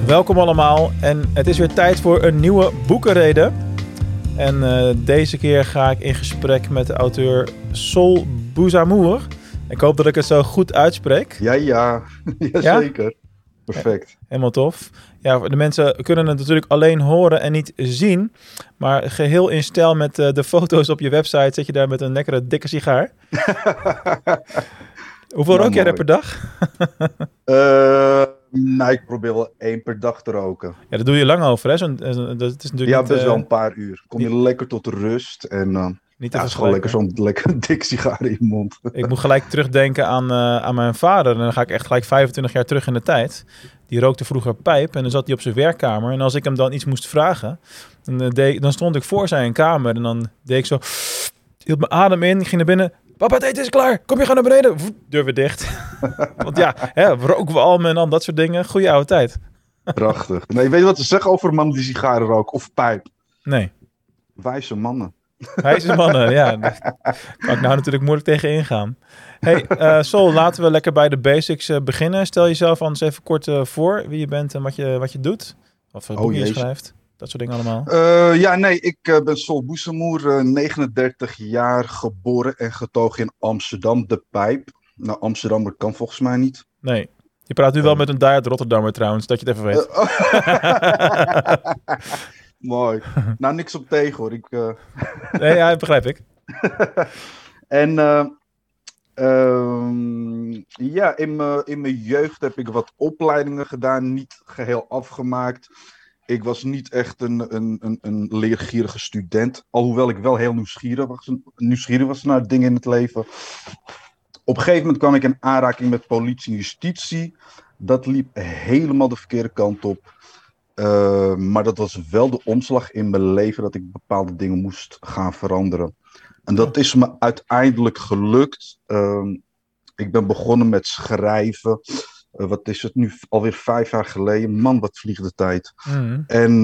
Welkom allemaal en het is weer tijd voor een nieuwe boekenrede. En deze keer ga ik in gesprek met de auteur Sol Bouzamour. Ik hoop dat ik het zo goed uitspreek. Ja? Zeker. Perfect. Helemaal tof. Ja, de mensen kunnen het natuurlijk alleen horen en niet zien. Maar geheel in stijl met de foto's op je website zit je daar met een lekkere dikke sigaar. Hoeveel rook jij er per dag? Ik probeer wel 1 per dag te roken. Ja, dat doe je lang over, hè? Dat is natuurlijk best wel een paar uur. Kom je lekker tot rust en niet te gewoon lekker zo'n lekker dik sigaar in je mond. Ik moet gelijk terugdenken aan mijn vader. En dan ga ik echt gelijk 25 jaar terug in de tijd. Die rookte vroeger pijp en dan zat hij op zijn werkkamer. En als ik hem dan iets moest vragen, dan stond ik voor zijn kamer. En dan deed ik zo, hield mijn adem in, ging naar binnen. Papa, het eten is klaar. Kom je, gaan naar beneden. Deur weer dicht. Want ja, roken we al en dan dat soort dingen. Goeie oude tijd. Prachtig. Nee, weet je wat ze zeggen over mannen die sigaren roken of pijp? Nee. Wijze mannen. Wijze mannen, ja. Daar kan ik nou natuurlijk moeilijk tegen ingaan. Hey, Sol, laten we lekker bij de basics beginnen. Stel jezelf anders even kort voor wie je bent en wat je doet. Wat voor boeken je schrijft. Dat soort dingen allemaal. Ik ben Sol Bouzamour, 39 jaar, geboren en getogen in Amsterdam, De Pijp. Nou, Amsterdam, dat kan volgens mij niet. Nee, je praat nu wel met een diehard Rotterdammer trouwens, dat je het even weet. Mooi. Nou, niks op tegen hoor. Nee, ja, begrijp ik. En in mijn jeugd heb ik wat opleidingen gedaan, niet geheel afgemaakt. Ik was niet echt een leergierige student. Alhoewel ik wel heel nieuwsgierig was naar dingen in het leven. Op een gegeven moment kwam ik in aanraking met politie en justitie. Dat liep helemaal de verkeerde kant op. Maar dat was wel de omslag in mijn leven dat ik bepaalde dingen moest gaan veranderen. En dat is me uiteindelijk gelukt. Ik ben begonnen met schrijven. Wat is het nu? Alweer 5 jaar geleden. Man, wat vliegt de tijd. Mm. En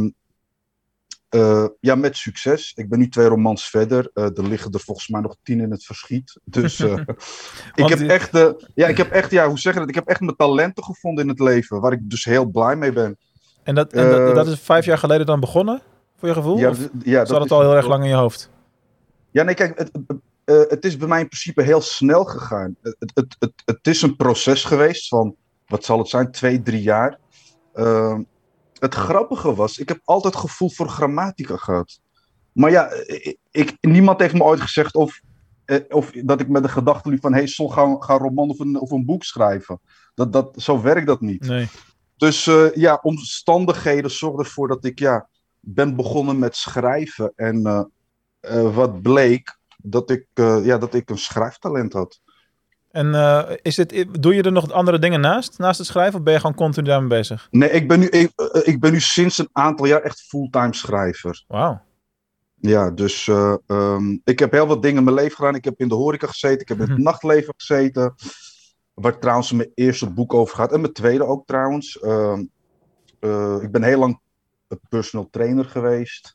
met succes. Ik ben nu 2 romans verder. Er liggen er volgens mij nog 10 in het verschiet. Dus ik heb echt mijn talenten gevonden in het leven. Waar ik dus heel blij mee ben. En dat is 5 jaar geleden dan begonnen? Voor je gevoel? Ja, zat het al heel erg lang in je hoofd? Ja, nee, kijk, het is bij mij in principe heel snel gegaan. Het is een proces geweest van, wat zal het zijn, 2-3 jaar. Het grappige was, ik heb altijd gevoel voor grammatica gehad. Maar ja, niemand heeft me ooit gezegd of dat ik met de gedachte liep van, hey Sol, ga een roman of een boek schrijven. Zo werkt dat niet. Nee. Dus omstandigheden zorgden ervoor dat ik ben begonnen met schrijven. En wat bleek, dat ik een schrijftalent had. En doe je er nog andere dingen naast het schrijven? Of ben je gewoon continu daarmee bezig? Nee, ik ben nu sinds een aantal jaar echt fulltime schrijver. Wauw. Ja, dus ik heb heel wat dingen in mijn leven gedaan. Ik heb in de horeca gezeten, ik heb in het nachtleven gezeten. Waar trouwens mijn eerste boek over gaat. En mijn tweede ook trouwens. Ik ben heel lang personal trainer geweest.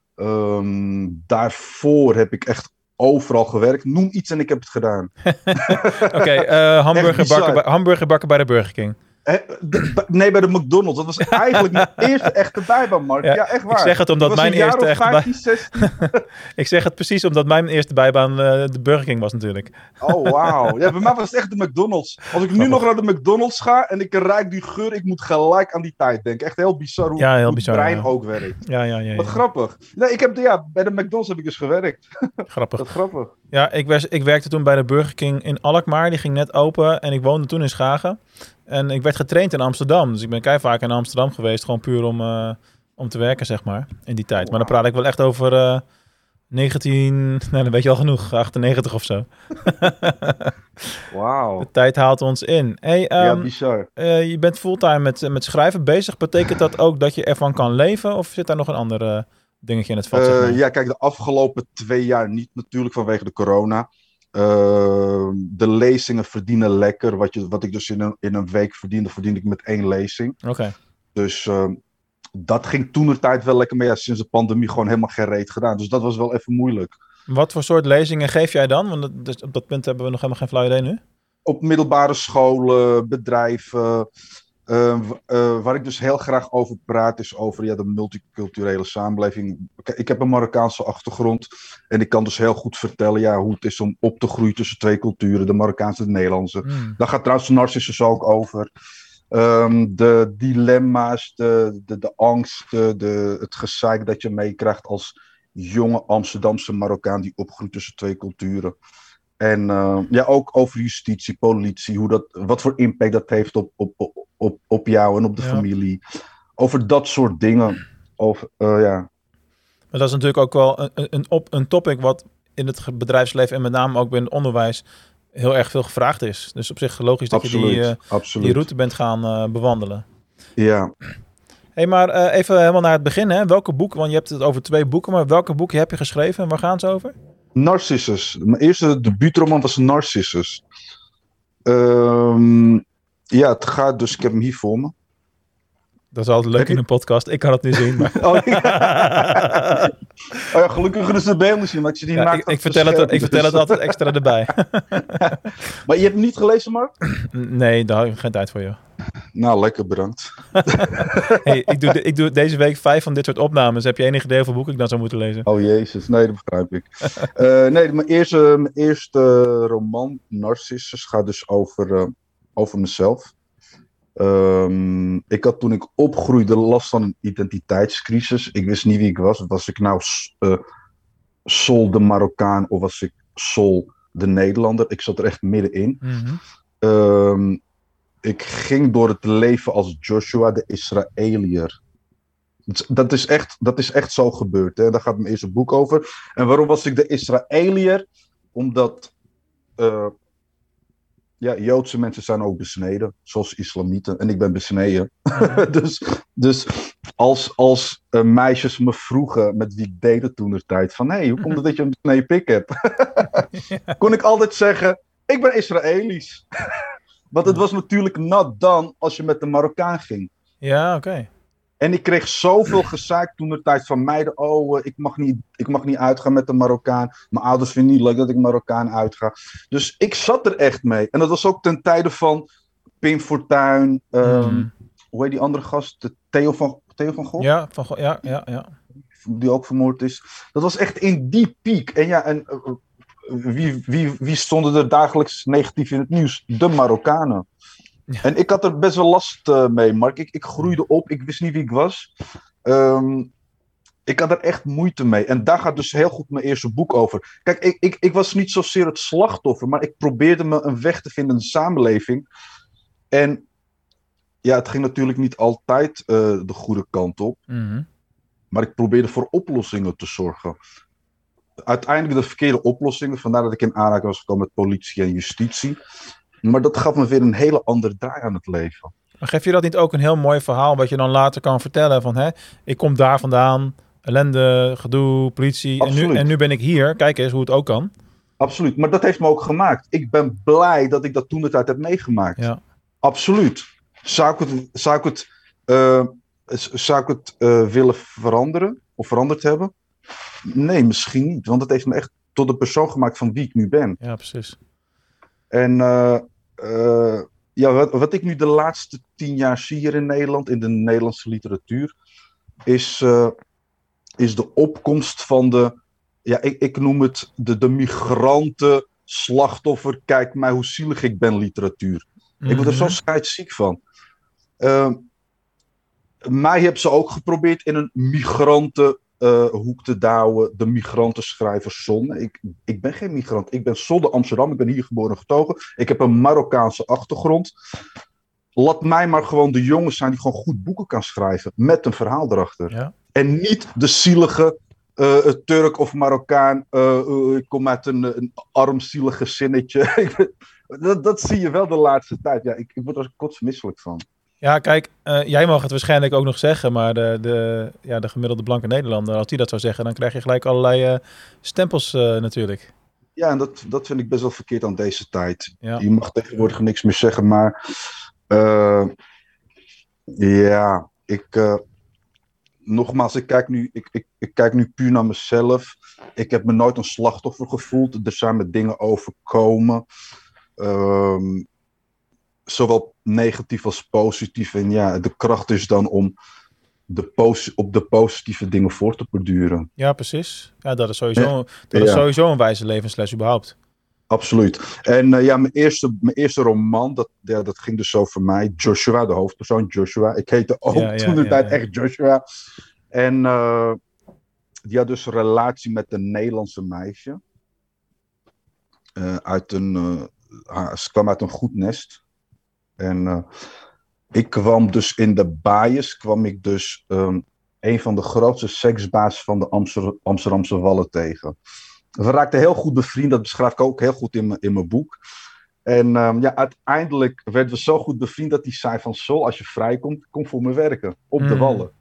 Daarvoor heb ik echt overal gewerkt. Noem iets en ik heb het gedaan. Oké, hamburger bakken bij de Burger King. Nee, bij de McDonald's. Dat was eigenlijk mijn eerste echte bijbaanmarkt. Ja, echt waar. Ik zeg het omdat mijn eerste echte 15, 16. Ik zeg het precies omdat mijn eerste bijbaan de Burger King was natuurlijk. Oh, wauw. Ja, bij mij was het echt de McDonald's. Als ik nu nog naar de McDonald's ga en ik ruik die geur, ik moet gelijk aan die tijd denken. Echt heel bizar hoe het brein ook werkt. Ja. Wat grappig. Nee, bij de McDonald's heb ik dus gewerkt. Grappig. Wat grappig. Ja, ik werkte toen bij de Burger King in Alkmaar. Die ging net open en ik woonde toen in Schagen. En ik werd getraind in Amsterdam. Dus ik ben keihard in Amsterdam geweest. Gewoon puur om te werken, zeg maar. In die tijd. Wow. Maar dan praat ik wel echt over 19... Nou, dan weet je al genoeg. 98 of zo. Wauw. De tijd haalt ons in. Hey, bizar. Je bent fulltime met schrijven bezig. Betekent dat ook dat je ervan kan leven? Of zit daar nog een ander dingetje in het vat? Zeg maar? Ja, kijk, de afgelopen 2 jaar niet natuurlijk vanwege de corona. De lezingen verdienen lekker. Wat ik dus in een week verdiende ik met 1 lezing. Oké. Dus dat ging toentertijd wel lekker. Maar ja, sinds de pandemie gewoon helemaal geen reet gedaan. Dus dat was wel even moeilijk. Wat voor soort lezingen geef jij dan? Want op dat punt hebben we nog helemaal geen flauw idee nu. Op middelbare scholen, bedrijven. Waar ik dus heel graag over praat, is over de multiculturele samenleving. Ik heb een Marokkaanse achtergrond en ik kan dus heel goed vertellen hoe het is om op te groeien tussen twee culturen, de Marokkaanse en de Nederlandse. Daar gaat trouwens Narcissus ook over. De dilemma's, de angst, het gezeik dat je meekrijgt als jonge Amsterdamse Marokkaan die opgroeit tussen twee culturen. En ook over justitie, politie, wat voor impact dat heeft op jou en op de familie. Over dat soort dingen. Maar dat is natuurlijk ook wel een topic wat in het bedrijfsleven en met name ook binnen het onderwijs heel erg veel gevraagd is. Dus op zich logisch dat je die route bent gaan bewandelen. Ja. Hey, maar even helemaal naar het begin. Hè? Welke boek, want je hebt het over 2 boeken, maar welke boeken heb je geschreven en waar gaan ze over? Narcissus. Mijn eerste debuutroman was Narcissus. Het gaat dus, ik heb hem hier voor me. Dat is altijd leuk in een podcast. Ik kan het nu zien. Maar... Gelukkig is het beelden zien, maar ik zie niet ik vertel het altijd extra erbij. Maar je hebt hem niet gelezen, Mark? Nee, daar heb ik geen tijd voor, joh. Nou, lekker, bedankt. Hey, ik doe deze week 5 van dit soort opnames. Heb je enig idee hoeveel boeken ik dan zou moeten lezen? Oh jezus, nee, dat begrijp ik. Mijn eerste roman, Narcissus, gaat dus over mezelf. Ik had toen ik opgroeide last van een identiteitscrisis. Ik wist niet wie ik was. Was ik nou Sol de Marokkaan of was ik Sol de Nederlander? Ik zat er echt middenin. Mm-hmm. Ik ging door het leven als Joshua de Israëliër. Dat is echt zo gebeurd. Hè? Daar gaat mijn eerste boek over. En waarom was ik de Israëliër? Omdat Joodse mensen zijn ook besneden, zoals islamieten. En ik ben besneden. dus als meisjes me vroegen met wie ik deed toentertijd van hoe komt het dat je een besneden pik hebt? Kon ik altijd zeggen, ik ben Israëlisch. Want het was natuurlijk nat dan als je met de Marokkaan ging. Ja, oké. En ik kreeg zoveel gezaak toentertijd van meiden. Ik mag niet uitgaan met de Marokkaan. Mijn ouders vinden niet leuk dat ik Marokkaan uitga. Dus ik zat er echt mee. En dat was ook ten tijde van Pim Fortuyn. Hoe heet die andere gast? Theo van Gogh? Ja, van Gogh. Ja. Die ook vermoord is. Dat was echt in die piek. En wie stonden er dagelijks negatief in het nieuws? De Marokkanen. Ja. En ik had er best wel last mee, Mark. Ik groeide op, ik wist niet wie ik was. Ik had er echt moeite mee. En daar gaat dus heel goed mijn eerste boek over. Kijk, ik was niet zozeer het slachtoffer, maar ik probeerde me een weg te vinden in de samenleving. En het ging natuurlijk niet altijd de goede kant op. Mm-hmm. Maar ik probeerde voor oplossingen te zorgen. Uiteindelijk de verkeerde oplossingen. Vandaar dat ik in aanraking was gekomen met politie en justitie. Maar dat gaf me weer een hele andere draai aan het leven. Maar geef je dat niet ook een heel mooi verhaal wat je dan later kan vertellen van ik kom daar vandaan, ellende, gedoe, politie en nu ben ik hier. Kijk eens hoe het ook kan. Absoluut, maar dat heeft me ook gemaakt. Ik ben blij dat ik dat toen de tijd heb meegemaakt. Ja. Absoluut. Zou ik het willen veranderen of veranderd hebben? Nee, misschien niet. Want het heeft me echt tot de persoon gemaakt van wie ik nu ben. Ja, precies. En wat ik nu de laatste 10 jaar zie hier in Nederland, in de Nederlandse literatuur, is de opkomst van ik noem het de migranten, slachtoffer, kijk mij hoe zielig ik ben literatuur. Mm-hmm. Ik word er zo scheidsziek van. Mij hebben ze ook geprobeerd in een migrantenhoek te douwen, de migrantenschrijver Son. Ik ben geen migrant. Ik ben Son de Amsterdam. Ik ben hier geboren en getogen. Ik heb een Marokkaanse achtergrond. Laat mij maar gewoon de jongens zijn die gewoon goed boeken kan schrijven. Met een verhaal erachter. Ja. En niet de zielige Turk of Marokkaan. Ik kom uit een armzielig gezinnetje. dat zie je wel de laatste tijd. Ja, ik word er kotsmisselijk van. Ja, kijk, jij mag het waarschijnlijk ook nog zeggen, maar de gemiddelde blanke Nederlander, als die dat zou zeggen, dan krijg je gelijk allerlei stempels natuurlijk. Ja, en dat vind ik best wel verkeerd aan deze tijd. Ja. Je mag tegenwoordig niks meer zeggen, maar nogmaals, ik kijk nu puur naar mezelf. Ik heb me nooit een slachtoffer gevoeld. Er zijn me dingen overkomen. Zowel negatief als positief. En ja, de kracht is dan om op de positieve dingen voor te borduren. Ja, precies. Ja, dat is Ja, sowieso een wijze levensles überhaupt. absoluut. En mijn eerste roman, dat ging dus over mij. Joshua, de hoofdpersoon Joshua. Ik heette ook toen de tijd echt Joshua. En die had dus een relatie met een Nederlandse meisje. Ze kwam uit een goed nest. En ik kwam dus in de bias, een van de grootste seksbaas van de Amsterdamse Wallen tegen. We raakten heel goed bevriend, dat beschrijf ik ook heel goed in mijn boek. En uiteindelijk werden we zo goed bevriend dat hij zei van Sol, als je vrijkomt, kom voor me werken. Op de Wallen.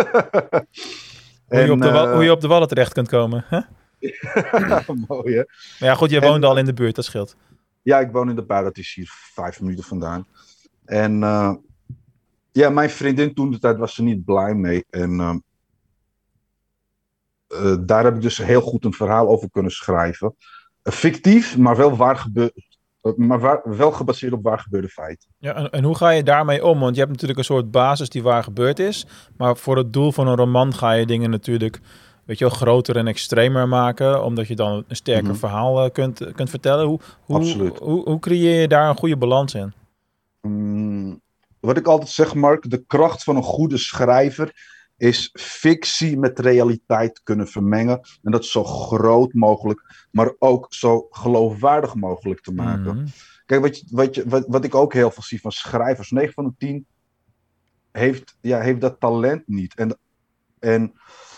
Hoe je op de Wallen terecht kunt komen. Huh? Mooi, hè? Maar ja, goed, je woonde al in de buurt, dat scheelt. Ja, ik woon in de buurt, dat is hier 5 minuten vandaan. En mijn vriendin toen de tijd was er niet blij mee. En daar heb ik dus heel goed een verhaal over kunnen schrijven. Fictief, maar wel wel gebaseerd op waar gebeurde feiten. Ja, en hoe ga je daarmee om? Want je hebt natuurlijk een soort basis die waar gebeurd is. Maar voor het doel van een roman ga je dingen natuurlijk, weet je wel, groter en extremer maken. Omdat je dan een sterker verhaal kunt vertellen. Absoluut. Hoe creëer je daar een goede balans in? Wat ik altijd zeg, Mark, de kracht van een goede schrijver is fictie met realiteit kunnen vermengen. En dat zo groot mogelijk, maar ook zo geloofwaardig mogelijk te maken. Kijk, wat ik ook heel veel zie van schrijvers, 9 van de 10 heeft dat talent niet. En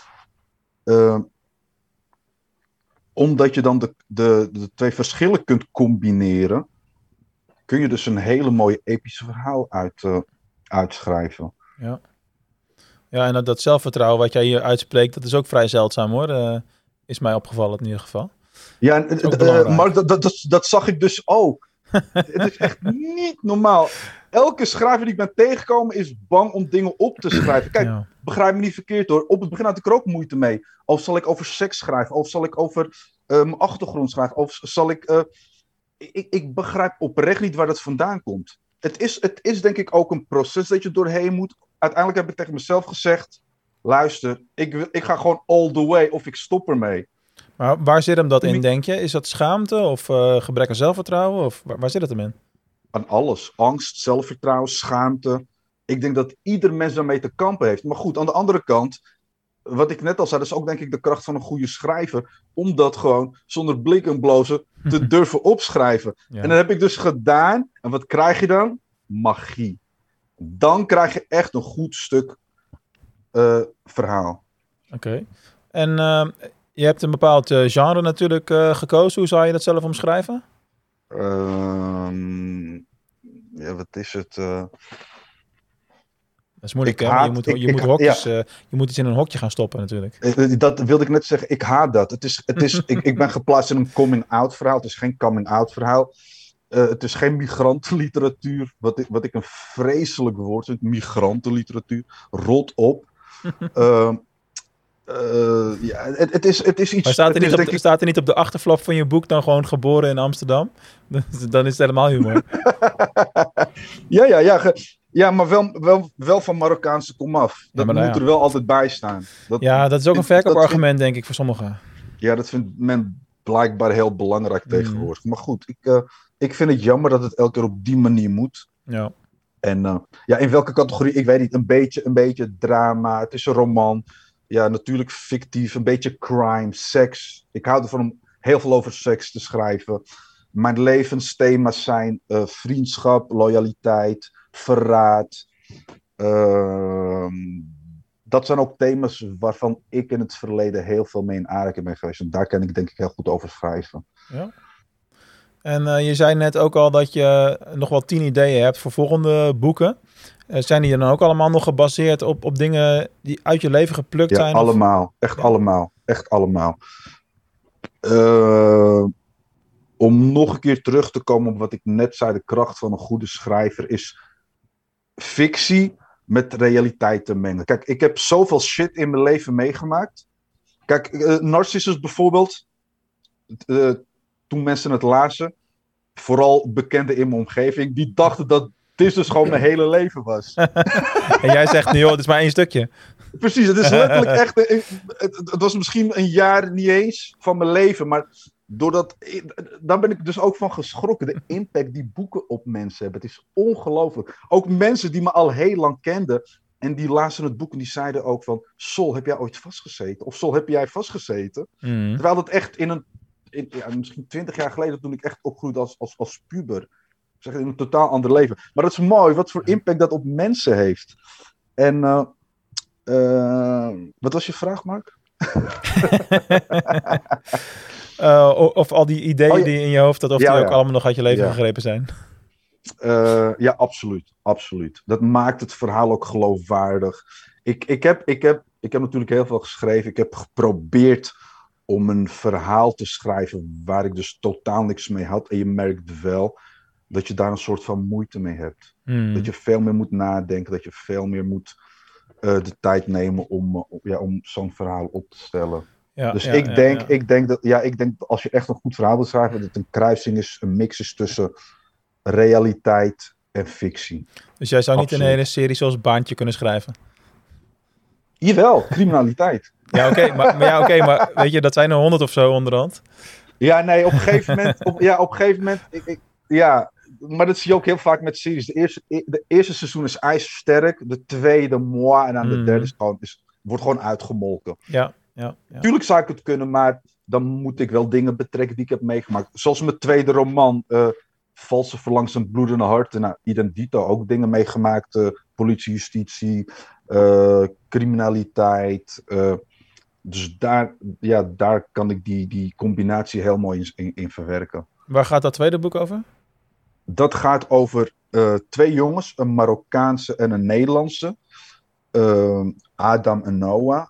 omdat je dan de twee verschillen kunt combineren, kun je dus een hele mooie epische verhaal uitschrijven. Ja. Ja, en dat zelfvertrouwen wat jij hier uitspreekt, dat is ook vrij zeldzaam hoor. Is mij opgevallen in ieder geval. Ja, maar dat zag ik dus ook. Het is echt niet normaal. Elke schrijver die ik ben tegengekomen is bang om dingen op te schrijven. Kijk, begrijp me niet verkeerd hoor. Op het begin had ik er ook moeite mee. Of zal ik over seks schrijven? Of zal ik over mijn achtergrond schrijven? Of zal ik... Ik begrijp oprecht niet waar dat vandaan komt. Het is denk ik ook een proces dat je doorheen moet. Uiteindelijk heb ik tegen mezelf gezegd, luister, ik ga gewoon all the way of ik stop ermee. Maar waar zit hem dat in, denk je? Is dat schaamte of gebrek aan zelfvertrouwen? Of waar zit het hem in? Aan alles. Angst, zelfvertrouwen, schaamte. Ik denk dat ieder mens daarmee te kampen heeft. Maar goed, aan de andere kant, wat ik net al zei, dat is ook denk ik de kracht van een goede schrijver. Om dat gewoon zonder blik en blozen te durven opschrijven. Ja. En dat heb ik dus gedaan. En wat krijg je dan? Magie. Dan krijg je echt een goed stuk verhaal. Oké. En je hebt een bepaald genre natuurlijk gekozen. Hoe zou je dat zelf omschrijven? Wat is het? Dat is moeilijk, hè? Je moet iets in een hokje gaan stoppen natuurlijk. Dat wilde ik net zeggen. Ik haat dat. Ik ben geplaatst in een coming-out verhaal. Het is geen coming-out verhaal. Het is geen migrantenliteratuur. Wat ik een vreselijk woord vind. Migrantenliteratuur. Rot op. Het is iets... Maar staat er niet op de achterflap van je boek dan gewoon geboren in Amsterdam? Dan is het helemaal humor. Ja, maar wel van Marokkaanse komaf. Dat moet er wel altijd bij staan. Dat is ook een verkoopargument, denk ik, voor sommigen. Ja, dat vindt men blijkbaar heel belangrijk tegenwoordig. Maar goed, ik vind het jammer dat het elke keer op die manier moet. Ja. En in welke categorie? Ik weet niet. Een beetje drama. Het is een roman. Ja, natuurlijk fictief. Een beetje crime, seks. Ik hou ervan om heel veel over seks te schrijven. Mijn levensthema's zijn vriendschap, loyaliteit, verraad. Dat zijn ook thema's waarvan ik in het verleden heel veel mee in aanraking ben geweest. En daar kan ik denk ik heel goed over schrijven. Ja. En je zei net ook al dat je nog wel 10 ideeën hebt voor volgende boeken. Zijn die dan ook allemaal nog gebaseerd op dingen die uit je leven geplukt zijn? Ja, allemaal. Echt allemaal. Echt allemaal. Om nog een keer terug te komen op wat ik net zei. De kracht van een goede schrijver is fictie met realiteit te mengen. Kijk, ik heb zoveel shit in mijn leven meegemaakt. Kijk, Narcissus bijvoorbeeld. Toen mensen het lazen, vooral bekenden in mijn omgeving, die dachten Het is dus gewoon mijn hele leven was. En jij zegt, nee joh, het is maar 1 stukje. Precies, het is letterlijk echt... Het was misschien een jaar niet eens van mijn leven, maar daar ben ik dus ook van geschrokken. De impact die boeken op mensen hebben, het is ongelooflijk. Ook mensen die me al heel lang kenden en die lazen het boek en die zeiden ook van... Sol, heb jij ooit vastgezeten? Of Sol, heb jij vastgezeten? Terwijl dat echt misschien 20 jaar geleden, toen ik echt opgroeide als puber, zeg in een totaal ander leven. Maar dat is mooi, wat voor impact dat op mensen heeft. En wat was je vraag, Mark? Of al die ideeën die in je hoofd had, of die ook allemaal nog uit je leven gegrepen zijn. Ja, absoluut. Absoluut. Dat maakt het verhaal ook geloofwaardig. Ik heb natuurlijk heel veel geschreven. Ik heb geprobeerd om een verhaal te schrijven waar ik dus totaal niks mee had. En je merkt wel dat je daar een soort van moeite mee hebt. Dat je veel meer moet nadenken. Dat je veel meer moet de tijd nemen om zo'n verhaal op te stellen. Ja, dus ik denk dat als je echt een goed verhaal wil schrijven, dat het een kruising is, een mix is tussen realiteit en fictie. Dus jij zou niet een hele serie zoals Baantje kunnen schrijven? Jawel, criminaliteit. Ja, oké, maar weet je, dat zijn er 100 of zo onderhand. Ja, nee, op een gegeven moment... maar dat zie je ook heel vaak met series. De eerste seizoen is ijzersterk, de tweede moi en dan de derde wordt gewoon uitgemolken. Ja. Tuurlijk zou ik het kunnen, maar dan moet ik wel dingen betrekken die ik heb meegemaakt. Zoals mijn tweede roman, Valse Verlangens en Bloedende Harten. Nou, idem dito, ook dingen meegemaakt. Politie, justitie, criminaliteit. Dus daar kan ik die combinatie heel mooi in verwerken. Waar gaat dat tweede boek over? Dat gaat over 2 jongens, een Marokkaanse en een Nederlandse. Adam en Noah.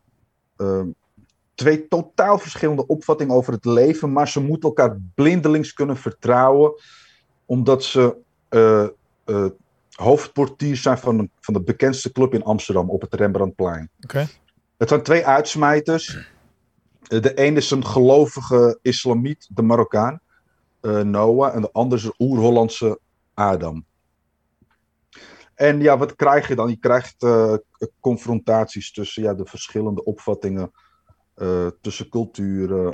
2 totaal verschillende opvattingen over het leven, maar ze moeten elkaar blindelings kunnen vertrouwen, omdat ze hoofdportiers zijn van de bekendste club in Amsterdam, op het Rembrandtplein. Okay. Het zijn 2 uitsmijters. De een is een gelovige islamiet, de Marokkaan, Noah, en de ander is een oer-Hollandse Adam. En ja, wat krijg je dan? Je krijgt confrontaties tussen de verschillende opvattingen, tussen culturen.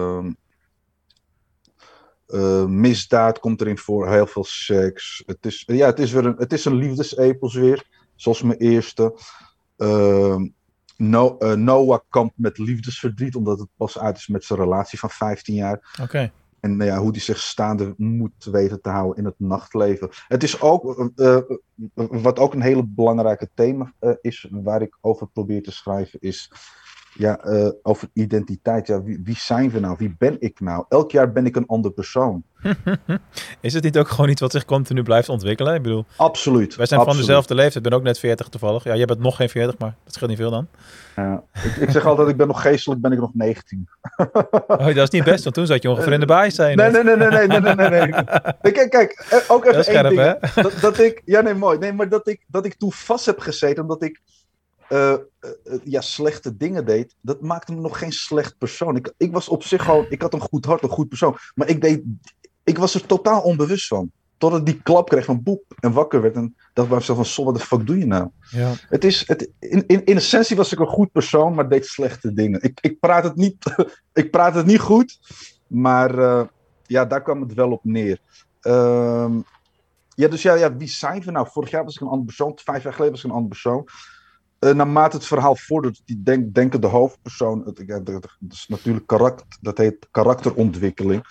Misdaad komt erin voor, heel veel seks. Het is een liefdesepos weer, zoals mijn eerste. Noah kampt met liefdesverdriet, omdat het pas uit is met zijn relatie van 15 jaar. Okay. En hoe die zich staande moet weten te houden in het nachtleven. Het is ook, wat ook een hele belangrijke thema is, waar ik over probeer te schrijven, is over identiteit. Ja, wie zijn we nou? Wie ben ik nou? Elk jaar ben ik een ander persoon. Is het niet ook gewoon iets wat zich continu blijft ontwikkelen? Ik bedoel, absoluut. Wij zijn van dezelfde leeftijd. Ik ben ook net 40 toevallig. Ja, jij bent nog geen 40, maar dat scheelt niet veel dan. Ik zeg altijd, ik ben nog geestelijk, ben ik nog 19. Oh, dat is niet best, want toen zat je ongeveer in de baai zijn. Nee. Kijk, ook even scherp, één ding. Mooi. Nee, maar dat ik toen vast heb gezeten, omdat ik slechte dingen deed, dat maakte me nog geen slecht persoon. Ik was op zich gewoon, ik had een goed hart, een goed persoon, maar ik was er totaal onbewust van. Totdat ik die klap kreeg van boep en wakker werd en dacht bij mezelf van, Sol, wat de fuck doe je nou? Ja. In essentie was ik een goed persoon, maar deed slechte dingen. Ik praat het niet goed, maar daar kwam het wel op neer. Wie zijn we nou? Vorig jaar was ik een ander persoon, 5 jaar geleden was ik een ander persoon. Naarmate het verhaal vordert, denken de hoofdpersoon, dat is natuurlijk dat heet karakterontwikkeling,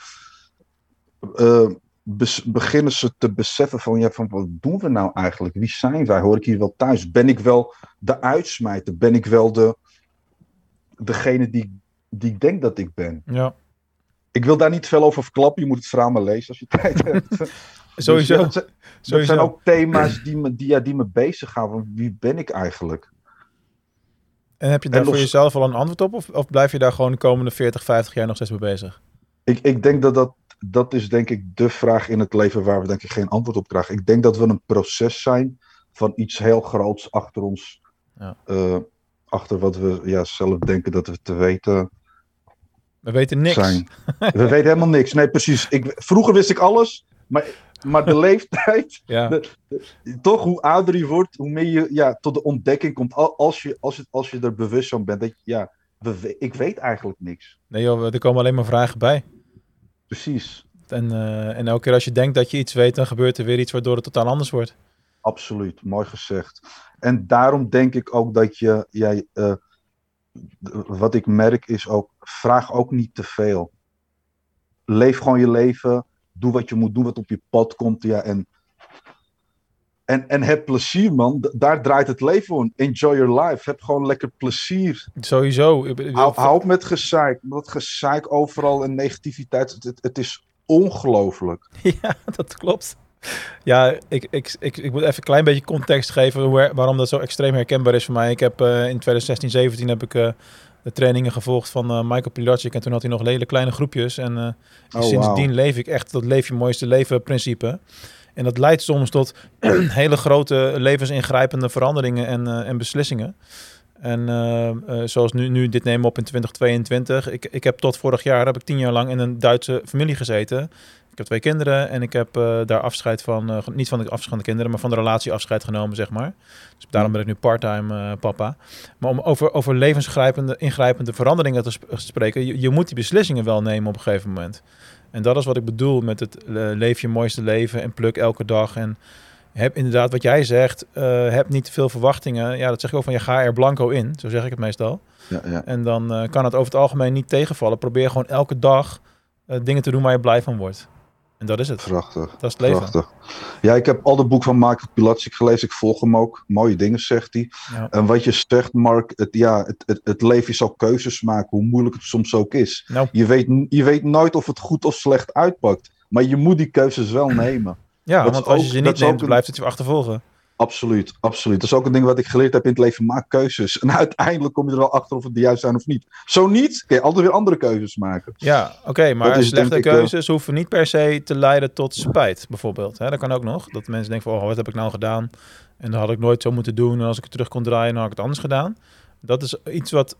beginnen ze te beseffen van wat doen we nou eigenlijk? Wie zijn wij? Hoor ik hier wel thuis? Ben ik wel de uitsmijter? Ben ik wel degene die ik denk dat ik ben? Ja. Ik wil daar niet veel over verklappen. Je moet het verhaal maar lezen als je tijd hebt. Sowieso. Dus dat zijn ook thema's die me bezighouden. Wie ben ik eigenlijk? En heb je daar voor jezelf al een antwoord op? Of blijf je daar gewoon de komende 40, 50 jaar nog steeds mee bezig? Ik denk dat is denk ik de vraag in het leven waar we denk ik geen antwoord op krijgen. Ik denk dat we een proces zijn van iets heel groots achter ons. Ja. Achter wat we zelf denken dat we te weten. We weten niks. Zijn. We weten helemaal niks. Nee, precies. Vroeger wist ik alles. Maar Maar de leeftijd, Ja. toch hoe ouder je wordt, hoe meer je tot de ontdekking komt. Als je er bewust van bent, dat ik weet eigenlijk niks. Nee joh, er komen alleen maar vragen bij. Precies. En elke keer als je denkt dat je iets weet, dan gebeurt er weer iets waardoor het totaal anders wordt. Absoluut, mooi gezegd. En daarom denk ik ook dat wat ik merk is ook, vraag ook niet te veel. Leef gewoon je leven, doe wat je moet doen, wat op je pad komt, en heb plezier, man. Daar draait het leven om. Enjoy your life. Heb gewoon lekker plezier. Sowieso. Hou op met gezeik. Dat gezeik overal en negativiteit. Het is ongelooflijk. Ja, dat klopt. Ja, ik moet even een klein beetje context geven waarom dat zo extreem herkenbaar is voor mij. Ik heb in 2016, 17 heb ik de trainingen gevolgd van Michael Pilarczyk. En toen had hij nog hele kleine groepjes. En sindsdien leef ik echt dat leef je mooiste leven principe. En dat leidt soms tot hele grote levensingrijpende veranderingen en beslissingen. En zoals nu dit nemen we op in 2022. Ik heb tot vorig jaar, heb ik 10 jaar lang in een Duitse familie gezeten. Ik heb 2 kinderen en ik heb daar afscheid van, niet van de afscheid van de kinderen, maar van de relatie afscheid genomen, zeg maar. Dus daarom ben ik nu parttime papa. Maar om over ingrijpende veranderingen te spreken, je moet die beslissingen wel nemen op een gegeven moment. En dat is wat ik bedoel met het leef je mooiste leven en pluk elke dag. En heb inderdaad wat jij zegt, heb niet te veel verwachtingen. Ja, dat zeg ik ook van, je ga er blanco in. Zo zeg ik het meestal. Ja. En dan kan het over het algemeen niet tegenvallen. Probeer gewoon elke dag dingen te doen waar je blij van wordt. En dat is het. Prachtig. Dat is het leven. Prachtig. Ja, ik heb al de boek van Michael Pilarczyk gelezen. Ik volg hem ook. Mooie dingen zegt hij. Ja. En wat je zegt, Mark, het leven is al keuzes maken, hoe moeilijk het soms ook is. Nou. Je weet nooit of het goed of slecht uitpakt. Maar je moet die keuzes wel nemen. Ja, Dat want is als je ook- ze dat niet is ook neemt, een- blijft het je achtervolgen. Absoluut, absoluut. Dat is ook een ding wat ik geleerd heb in het leven. Maak keuzes. En uiteindelijk kom je er wel achter of het de juiste zijn of niet. Zo niet, kun je altijd weer andere keuzes maken. Ja, oké, maar Dat is, slechte denk ik, keuzes hoeven niet per se te leiden tot spijt, bijvoorbeeld. Hè, dat kan ook nog. Dat mensen denken van, wat heb ik nou gedaan? En dat had ik nooit zo moeten doen. En als ik het terug kon draaien, dan had ik het anders gedaan. Dat is iets wat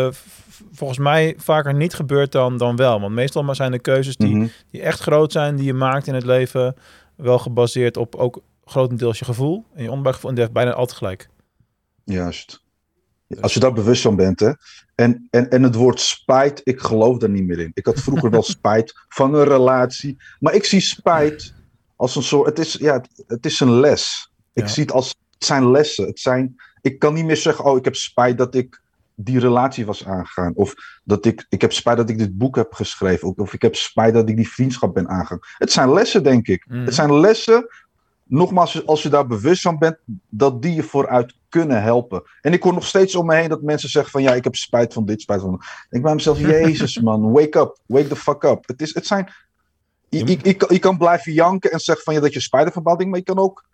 volgens mij vaker niet gebeurt dan wel. Want meestal zijn de keuzes die echt groot zijn, die je maakt in het leven, wel gebaseerd op ook grotendeels je gevoel. En je onderbuikgevoel, en dat heeft bijna altijd gelijk. Juist. Als je daar bewust van bent, hè. En het woord spijt, ik geloof daar niet meer in. Ik had vroeger wel spijt van een relatie. Maar ik zie spijt als een soort... Het is een les. Ik zie het als... Het zijn lessen. Ik kan niet meer zeggen, ik heb spijt dat ik die relatie was aangegaan. Of dat ik heb spijt dat ik dit boek heb geschreven. Of ik heb spijt dat ik die vriendschap ben aangegaan. Het zijn lessen, denk ik. Het zijn lessen... Nogmaals, als je daar bewust van bent, dat die je vooruit kunnen helpen. En ik hoor nog steeds om me heen dat mensen zeggen van, ik heb spijt van dit, spijt van dat. Ik denk bij mezelf, Jezus man, wake up, wake the fuck up. Je kan blijven janken en zeggen van, dat je spijt hebt van bepaalde dingen, maar je kan ook,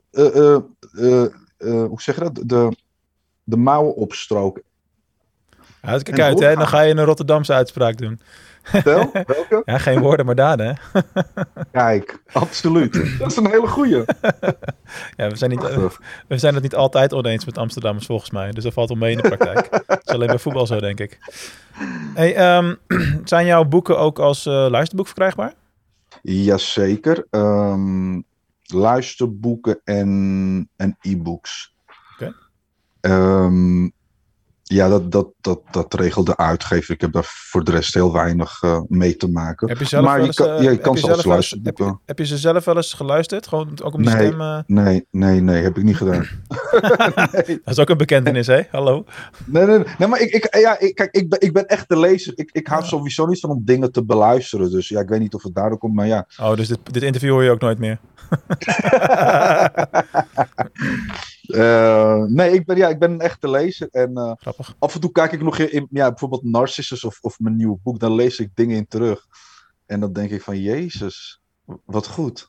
hoe zeg je dat, de mouwen opstroken. Ja, kijk uit, hè? Dan ga je een Rotterdamse uitspraak doen. Vertel, welke? Ja, geen woorden, maar daden, hè? Kijk, absoluut. Dat is een hele goeie. Ja, we zijn het niet altijd oneens met Amsterdammers, volgens mij. Dus dat valt wel mee in de praktijk. Dat is alleen bij voetbal zo, denk ik. Hey, zijn jouw boeken ook als luisterboek verkrijgbaar? Jazeker. Luisterboeken en e-books. Oké. Ja, dat regelt de uitgever. Ik heb daar voor de rest heel weinig mee te maken. Heb je zelf maar je kan ze als luisterboeken... Heb je ze zelf wel eens geluisterd? Gewoon ook om die stem... Nee, heb ik niet gedaan. Nee. Dat is ook een bekentenis, hè? Hallo? Nee, maar ik ben echt de lezer. Ik hou sowieso niet van om dingen te beluisteren. Dus ik weet niet of het daardoor komt, maar ja. Oh, dus dit interview hoor je ook nooit meer? Nee, ik ben een echte lezer. En af en toe kijk ik nog in bijvoorbeeld Narcissus of mijn nieuwe boek. Dan lees ik dingen in terug. En dan denk ik van, Jezus, wat goed.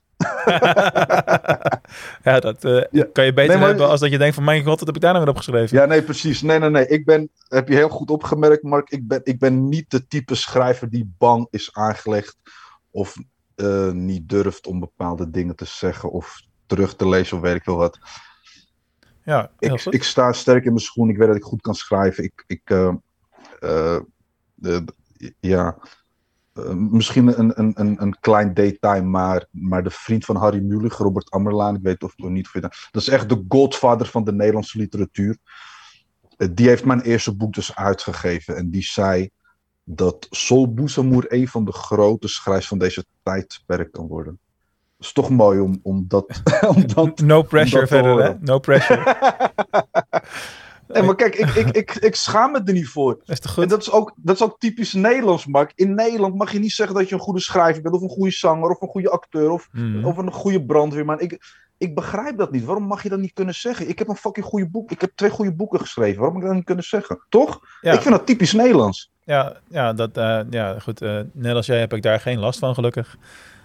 Ja, dat kan je beter hebben als dat je denkt van, mijn god, wat heb ik daar nou weer opgeschreven? Ja, nee, precies. Nee. Heb je heel goed opgemerkt, Mark. Ik ben niet de type schrijver die bang is aangelegd of niet durft om bepaalde dingen te zeggen of terug te lezen of weet ik veel wat. Ja, heel goed. Ik sta sterk in mijn schoen. Ik weet dat ik goed kan schrijven. Misschien een klein detail, maar de vriend van Harry Mulisch, Robert Ammerlaan, ik weet of ik het niet vind. Dat is echt de godfather van de Nederlandse literatuur. Die heeft mijn eerste boek dus uitgegeven. En die zei dat Sol Boezemoer een van de grote schrijvers van deze tijdperk kan worden. Dat is toch mooi om dat... No pressure verder, hè? No pressure. Nee, maar kijk, ik schaam me er niet voor. Is toch goed? En dat is ook typisch Nederlands, Mark. In Nederland mag je niet zeggen dat je een goede schrijver bent, of een goede zanger, of een goede acteur, of een goede brandweerman. Ik begrijp dat niet. Waarom mag je dat niet kunnen zeggen? Ik heb een fucking goede boek. Ik heb 2 goede boeken geschreven. Waarom mag ik dat niet kunnen zeggen? Toch? Ja. Ik vind dat typisch Nederlands. Ja, goed. Net als jij heb ik daar geen last van, gelukkig.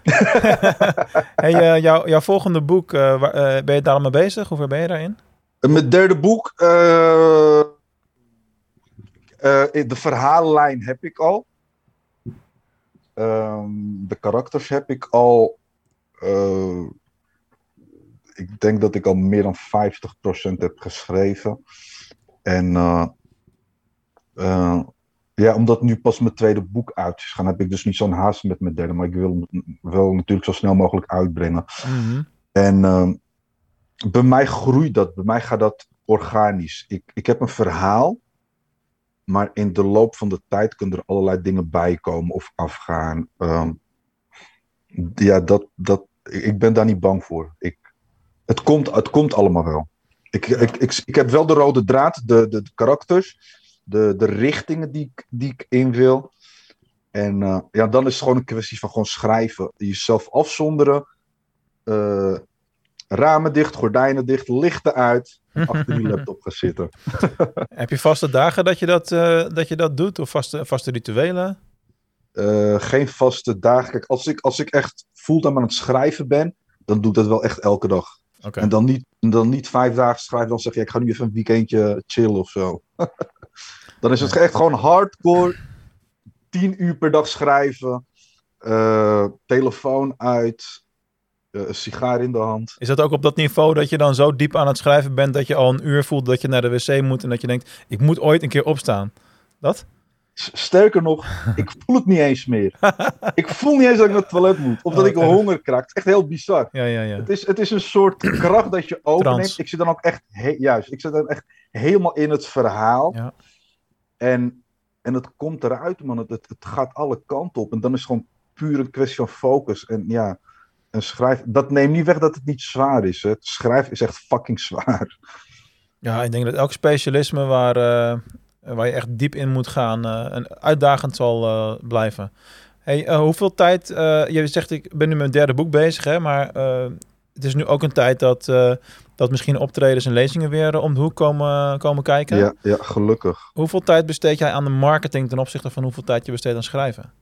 Hey, jouw volgende boek, ben je daar al mee bezig? Hoe ver ben je daarin? Mijn derde boek, de verhaallijn heb ik al. De karakters heb ik al. Ik denk dat ik al meer dan 50% heb geschreven. En ja, omdat nu pas mijn tweede boek uit is gaan, heb ik dus niet zo'n haast met mijn derde. Maar ik wil hem wel natuurlijk zo snel mogelijk uitbrengen. Mm-hmm. En bij mij groeit dat. Bij mij gaat dat organisch. Ik heb een verhaal. Maar in de loop van de tijd kunnen er allerlei dingen bij komen of afgaan. Ja, ik ben daar niet bang voor. Het komt allemaal wel. Ik heb wel de rode draad, de karakters, de richtingen die ik in wil. En ja, dan is het gewoon een kwestie van gewoon schrijven. Jezelf afzonderen. Ramen dicht, gordijnen dicht, lichten uit. En achter die laptop gaan zitten. Heb je vaste dagen dat je dat doet? Of vaste rituelen? Geen vaste dagen. Kijk, als ik echt fulltime aan het schrijven ben, dan doe ik dat wel echt elke dag. Okay. En dan niet 5 dagen schrijven, dan zeg je, ik ga nu even een weekendje chillen of zo. Dan is het echt gewoon hardcore. 10 uur per dag schrijven. Telefoon uit. Een sigaar in de hand. Is dat ook op dat niveau dat je dan zo diep aan het schrijven bent dat je al een uur voelt dat je naar de wc moet en dat je denkt, ik moet ooit een keer opstaan? Dat? Sterker nog, ik voel het niet eens meer. Ik voel niet eens dat ik naar het toilet moet. Of dat ik honger krijg. Het is echt heel bizar. Ja. Het is een soort kracht dat je overneemt. Trans. Ik zit dan ook echt, ik zit dan echt helemaal in het verhaal. Ja. En het komt eruit, man. Het gaat alle kanten op. En dan is het gewoon puur een kwestie van focus. En ja, en schrijven, dat neemt niet weg dat het niet zwaar is. Hè. Het schrijven is echt fucking zwaar. Ja, ik denk dat elk specialisme waar je echt diep in moet gaan uitdagend zal blijven. Hey, hoeveel tijd... je zegt, ik ben nu met mijn derde boek bezig, hè, maar het is nu ook een tijd dat misschien optredens en lezingen weer om de hoek komen kijken. Ja, gelukkig. Hoeveel tijd besteed jij aan de marketing ten opzichte van hoeveel tijd je besteedt aan schrijven?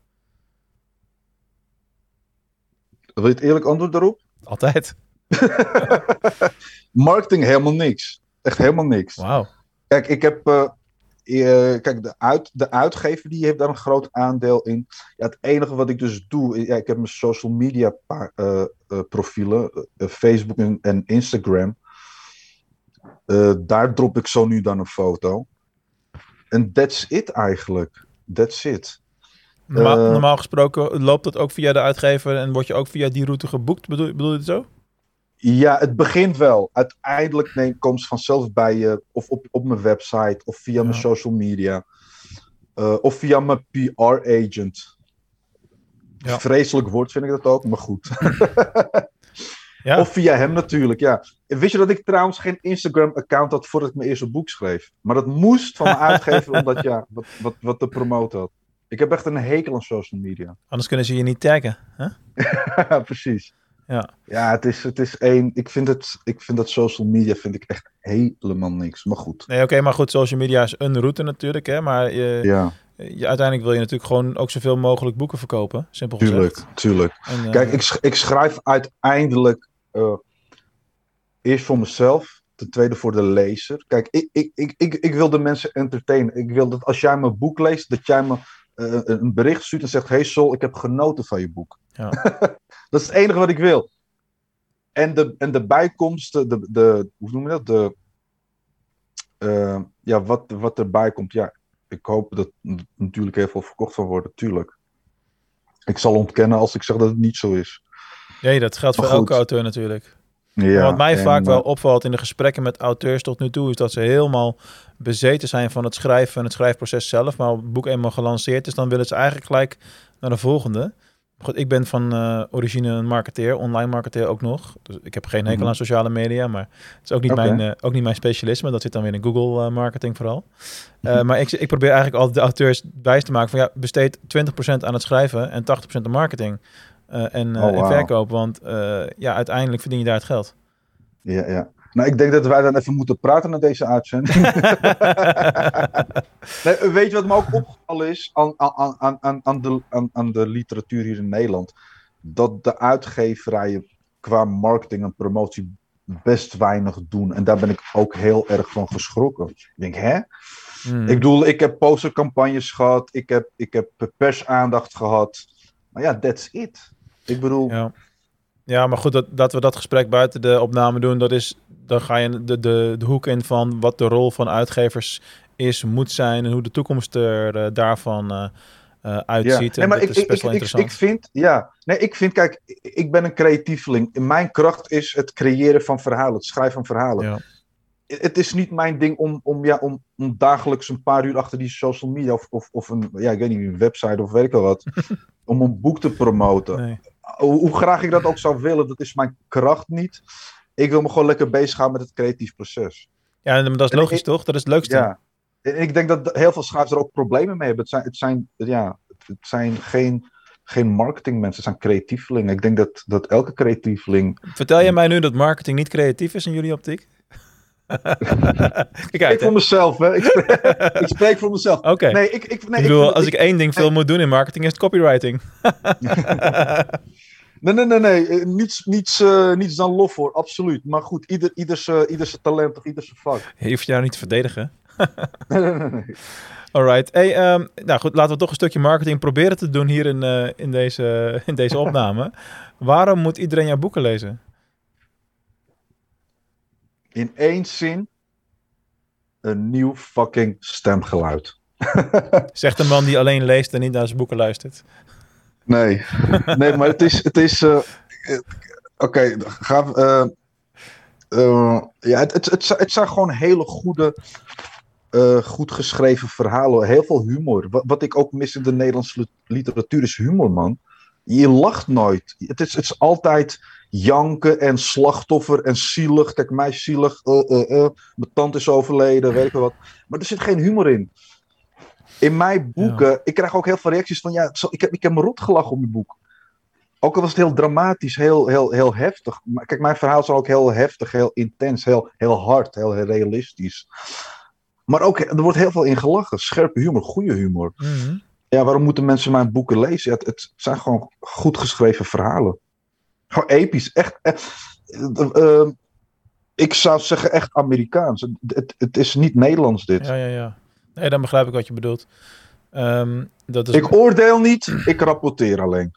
Wil je het eerlijk antwoord daarop? Altijd. Marketing helemaal niks. Echt helemaal niks. Wauw. Kijk, ik heb... kijk, de uitgever die heeft daar een groot aandeel in. Ja, het enige wat ik dus doe... ik heb mijn social media profielen. Facebook en Instagram. Daar drop ik zo nu dan een foto. En that's it eigenlijk. That's it. Normaal gesproken loopt dat ook via de uitgever en word je ook via die route geboekt? Bedoel je het zo? Ja, het begint wel. Uiteindelijk komt het vanzelf bij je, of op mijn website, of via mijn social media, of via mijn PR-agent. Ja. Vreselijk woord vind ik dat ook, maar goed. Ja. Of via hem natuurlijk, ja. Wist je dat ik trouwens geen Instagram-account had voordat ik mijn eerste boek schreef? Maar dat moest van mijn uitgever, omdat ja, wat te promoten had. Ik heb echt een hekel aan social media. Anders kunnen ze je niet taggen, hè? Precies. Ja, het is één. Ik vind dat social media echt helemaal niks. Maar goed. Nee, oké, maar goed, social media is een route natuurlijk, hè. Maar uiteindelijk wil je natuurlijk gewoon ook zoveel mogelijk boeken verkopen. Simpel gezegd. Tuurlijk. En, kijk, ik schrijf uiteindelijk eerst voor mezelf. Ten tweede voor de lezer. Kijk, ik wil de mensen entertainen. Ik wil dat als jij mijn boek leest, dat jij me een bericht stuurt en zegt: hey Sol, ik heb genoten van je boek. Ja. Dat is het enige wat ik wil. En de bijkomsten, hoe noem je dat? Wat erbij komt. Ja, ik hoop dat natuurlijk heel veel verkocht van worden, tuurlijk. Ik zal ontkennen als ik zeg dat het niet zo is. Ja, dat geldt voor elke auteur natuurlijk. Ja, wat mij vaak wel opvalt in de gesprekken met auteurs tot nu toe, is dat ze helemaal bezeten zijn van het schrijven en het schrijfproces zelf. Maar als het boek eenmaal gelanceerd is, dan willen ze eigenlijk gelijk naar de volgende. Goed, ik ben van origine een marketeer, online marketeer ook nog. Dus ik heb geen hekel aan sociale media, maar het is ook niet mijn specialisme. Dat zit dan weer in Google marketing vooral. Maar ik probeer eigenlijk altijd de auteurs wijs te maken van besteed 20% aan het schrijven en 80% aan marketing en verkoop. Want uiteindelijk verdien je daar het geld. Ja. Nou, ik denk dat wij dan even moeten praten naar deze uitzending. Nee, weet je wat me ook opgevallen is aan de literatuur hier in Nederland? Dat de uitgeverijen qua marketing en promotie best weinig doen. En daar ben ik ook heel erg van geschrokken. Ik denk, Ik bedoel, ik heb postercampagnes gehad. Ik heb persaandacht gehad. Maar ja, that's it. Ik bedoel... Ja, maar goed, dat we dat gesprek buiten de opname doen, dan ga je de hoek in van wat de rol van uitgevers is, moet zijn en hoe de toekomst er daarvan uitziet. Ja. Nee, maar dat is best wel interessant. Ik vind, kijk, ik ben een creatieveling. Mijn kracht is het creëren van verhalen, het schrijven van verhalen. Ja. Het is niet mijn ding om dagelijks een paar uur achter die social media of een, ik weet niet, een website of weet ik wel wat, om een boek te promoten. Nee. Hoe graag ik dat ook zou willen, dat is mijn kracht niet. Ik wil me gewoon lekker bezighouden met het creatief proces. Ja, maar dat is logisch, toch? Dat is het leukste. Ja. En ik denk dat heel veel schrijvers er ook problemen mee hebben. Het zijn geen marketingmensen, het zijn creatievelingen. Ik denk dat elke creatieveling... Vertel je mij nu dat marketing niet creatief is in jullie optiek? Ik spreek voor mezelf, hè. Ik spreek voor mezelf. Okay. Ik bedoel, als ik één ding veel moet doen in marketing, is het copywriting. Nee. Niets dan lof voor, absoluut. Maar goed, ieders talent of ieders vak. Je hoeft jou niet te verdedigen. Nee. Alright. Hey, nou goed, laten we toch een stukje marketing proberen te doen hier in deze opname. Waarom moet iedereen jouw boeken lezen? In één zin, een nieuw fucking stemgeluid. Zegt een man die alleen leest en niet naar zijn boeken luistert. Nee, maar het is oké, het zijn gewoon hele goede, goed geschreven verhalen. Heel veel humor. Wat ik ook mis in de Nederlandse literatuur is humor, man. Je lacht nooit. Het is altijd janken en slachtoffer en zielig. Kijk, mij zielig. Mijn tante is overleden, weet ik wel wat. Maar er zit geen humor in. In mijn boeken, ik krijg ook heel veel reacties van, ik heb me rot gelachen om je boek. Ook al was het heel dramatisch, heel heftig. Maar kijk, mijn verhaal is ook heel heftig, heel intens, heel hard, heel realistisch. Maar ook, er wordt heel veel in gelachen. Scherpe humor, goede humor. Mm-hmm. Ja, waarom moeten mensen mijn boeken lezen? Het zijn gewoon goed geschreven verhalen. Gewoon episch. Echt. Ik zou zeggen echt Amerikaans. Het is niet Nederlands, dit. Ja. Nee, dan begrijp ik wat je bedoelt. Dat is... Ik oordeel niet, ik rapporteer alleen.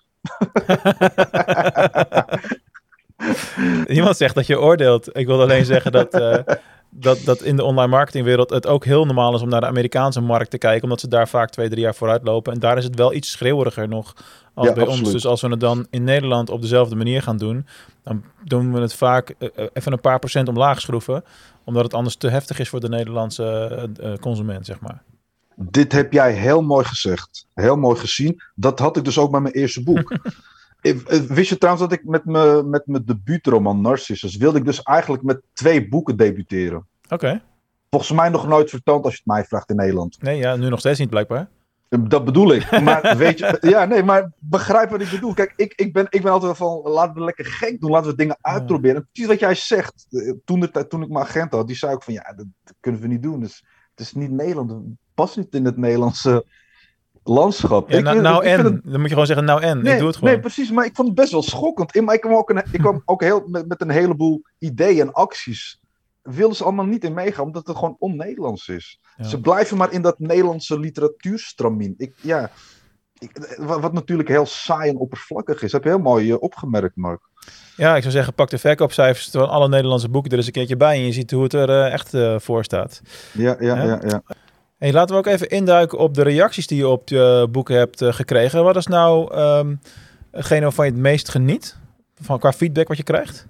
Niemand zegt dat je oordeelt. Ik wil alleen zeggen dat in de online marketingwereld het ook heel normaal is om naar de Amerikaanse markt te kijken, omdat ze daar vaak 2-3 jaar vooruit lopen. En daar is het wel iets schreeuweriger nog als bij ons. Dus als we het dan in Nederland op dezelfde manier gaan doen, dan doen we het vaak even een paar procent omlaag schroeven, omdat het anders te heftig is voor de Nederlandse consument, zeg maar. Dit heb jij heel mooi gezegd. Heel mooi gezien. Dat had ik dus ook bij mijn eerste boek. Wist je trouwens dat ik met mijn debuutroman Narcissus wilde ik dus eigenlijk met 2 boeken debuteren. Oké. Volgens mij nog nooit vertoond als je het mij vraagt in Nederland. Nee, ja, nu nog steeds niet blijkbaar. Dat bedoel ik. Maar weet je, maar begrijp wat ik bedoel. Kijk, ik ben altijd van, laten we lekker gek doen, laten we dingen uitproberen. Precies wat jij zegt. Toen ik mijn agent had, die zei ook van, dat kunnen we niet doen. Dus, het is niet Nederland, het past niet in het Nederlandse landschap. Ja, dan moet je gewoon zeggen, ik doe het gewoon. Nee, precies, maar ik vond het best wel schokkend. Maar ik kwam ook met een heleboel ideeën en acties. Wilden ze allemaal niet in meegaan, omdat het gewoon on-Nederlands is. Ja. Ze blijven maar in dat Nederlandse literatuurstramien. Wat natuurlijk heel saai en oppervlakkig is. Heb je heel mooi opgemerkt, Mark. Ja, ik zou zeggen, pak de verkoopcijfers van alle Nederlandse boeken er eens een keertje bij en je ziet hoe het er echt voor staat. Ja. Hey, laten we ook even induiken op de reacties die je op je boeken hebt gekregen. Wat is nou hetgene waarvan je het meest geniet? Qua feedback wat je krijgt?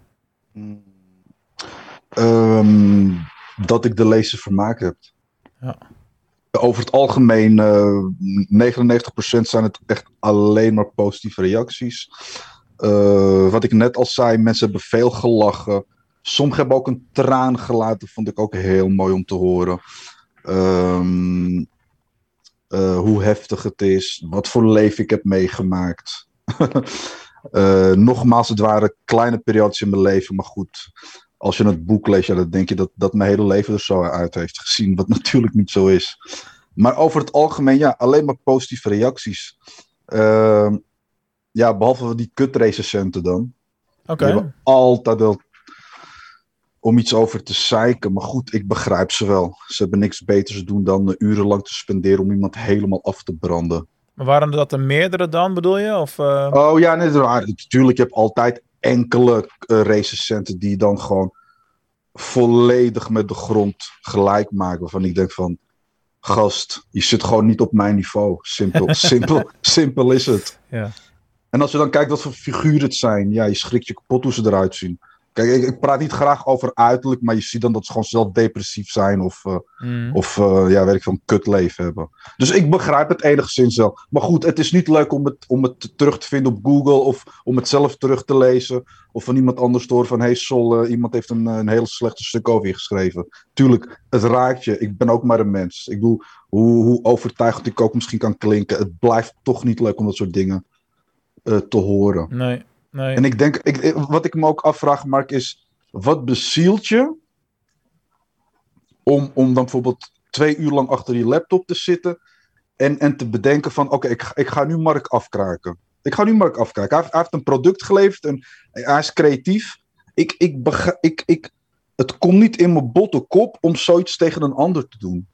Dat ik de lezer vermaakt heb. Ja. Over het algemeen, 99% zijn het echt alleen maar positieve reacties. Wat ik net al zei, mensen hebben veel gelachen. Sommigen hebben ook een traan gelaten, vond ik ook heel mooi om te horen. Hoe heftig het is, wat voor leven ik heb meegemaakt. Nogmaals, het waren kleine periodes in mijn leven, maar goed. Als je het boek leest, dan denk je dat mijn hele leven er zo uit heeft gezien, wat natuurlijk niet zo is. Maar over het algemeen, ja, alleen maar positieve reacties. Ja, behalve die kutrecensenten dan. Oké. Die hebben altijd wel om iets over te zeiken. Maar goed, ik begrijp ze wel. Ze hebben niks beters te doen dan urenlang te spenderen om iemand helemaal af te branden. Maar waren dat er meerdere dan, bedoel je? Of, Oh ja, nee, natuurlijk. Je hebt altijd enkele recensenten die dan gewoon volledig met de grond gelijk maken. Waarvan ik denk van, gast, je zit gewoon niet op mijn niveau. Simpel is het. Ja. En als je dan kijkt wat voor figuren het zijn, ja, je schrikt je kapot hoe ze eruit zien. Kijk, ik praat niet graag over uiterlijk, maar je ziet dan dat ze gewoon zelf depressief zijn of ja, weet ik veel, een kutleven hebben. Dus ik begrijp het enigszins wel. Maar goed, het is niet leuk om het terug te vinden op Google of om het zelf terug te lezen. Of van iemand anders te horen van, hey Sol, iemand heeft een heel slechte stuk over je geschreven. Tuurlijk, het raakt je. Ik ben ook maar een mens. Ik bedoel, hoe overtuigend ik ook misschien kan klinken. Het blijft toch niet leuk om dat soort dingen te horen. Nee. En ik denk, wat ik me ook afvraag, Mark, is... Wat bezielt je om dan bijvoorbeeld 2 uur lang achter die laptop te zitten... en te bedenken van, oké, ik ga nu Mark afkraken. Hij heeft een product geleverd en hij is creatief. Het komt niet in mijn botte kop om zoiets tegen een ander te doen.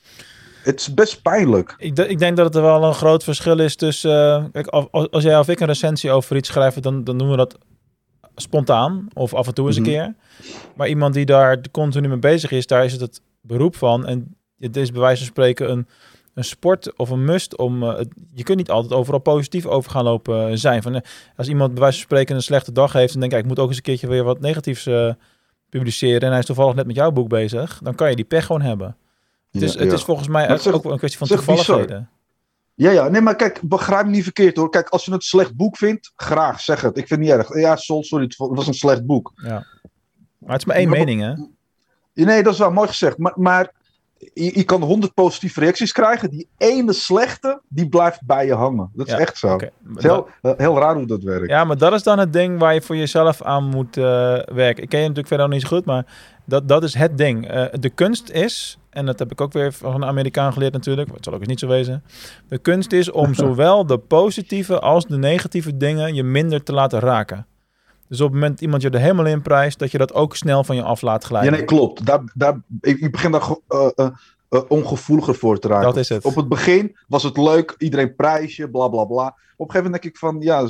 Het is best pijnlijk. Ik denk dat het er wel een groot verschil is tussen... kijk, als jij of ik een recensie over iets schrijven, dan doen we dat spontaan. Of af en toe eens een keer. Maar iemand die daar continu mee bezig is, daar is het beroep van. En het is bij wijze van spreken een sport of een must. Je kunt niet altijd overal positief over gaan lopen zijn. Als iemand bij wijze van spreken een slechte dag heeft, dan denk ik moet ook eens een keertje weer wat negatiefs publiceren. En hij is toevallig net met jouw boek bezig. Dan kan je die pech gewoon hebben. Het is volgens mij ook wel een kwestie van toevalligheden. Ja, nee, maar kijk, begrijp me niet verkeerd hoor. Kijk, als je het een slecht boek vindt, graag, zeg het. Ik vind het niet erg. Ja, sorry, het was een slecht boek. Ja. Maar het is maar één mening, hè? Nee, dat is wel mooi gezegd. Maar je kan 100 positieve reacties krijgen. Die ene slechte, die blijft bij je hangen. Dat is echt zo. Okay. Het is heel raar hoe dat werkt. Ja, maar dat is dan het ding waar je voor jezelf aan moet werken. Ik ken je natuurlijk verder nog niet zo goed, maar dat is het ding. De kunst is, en dat heb ik ook weer van een Amerikaan geleerd natuurlijk, het zal ook eens niet zo wezen. De kunst is om zowel de positieve als de negatieve dingen je minder te laten raken. Dus op het moment dat iemand je er helemaal in prijst, dat je dat ook snel van je af laat glijden. Ja, nee, klopt. Ik begin daar ongevoeliger voor te raken. Dat is het. Op het begin was het leuk, iedereen prijs je, bla bla bla. Op een gegeven moment denk ik van, ja,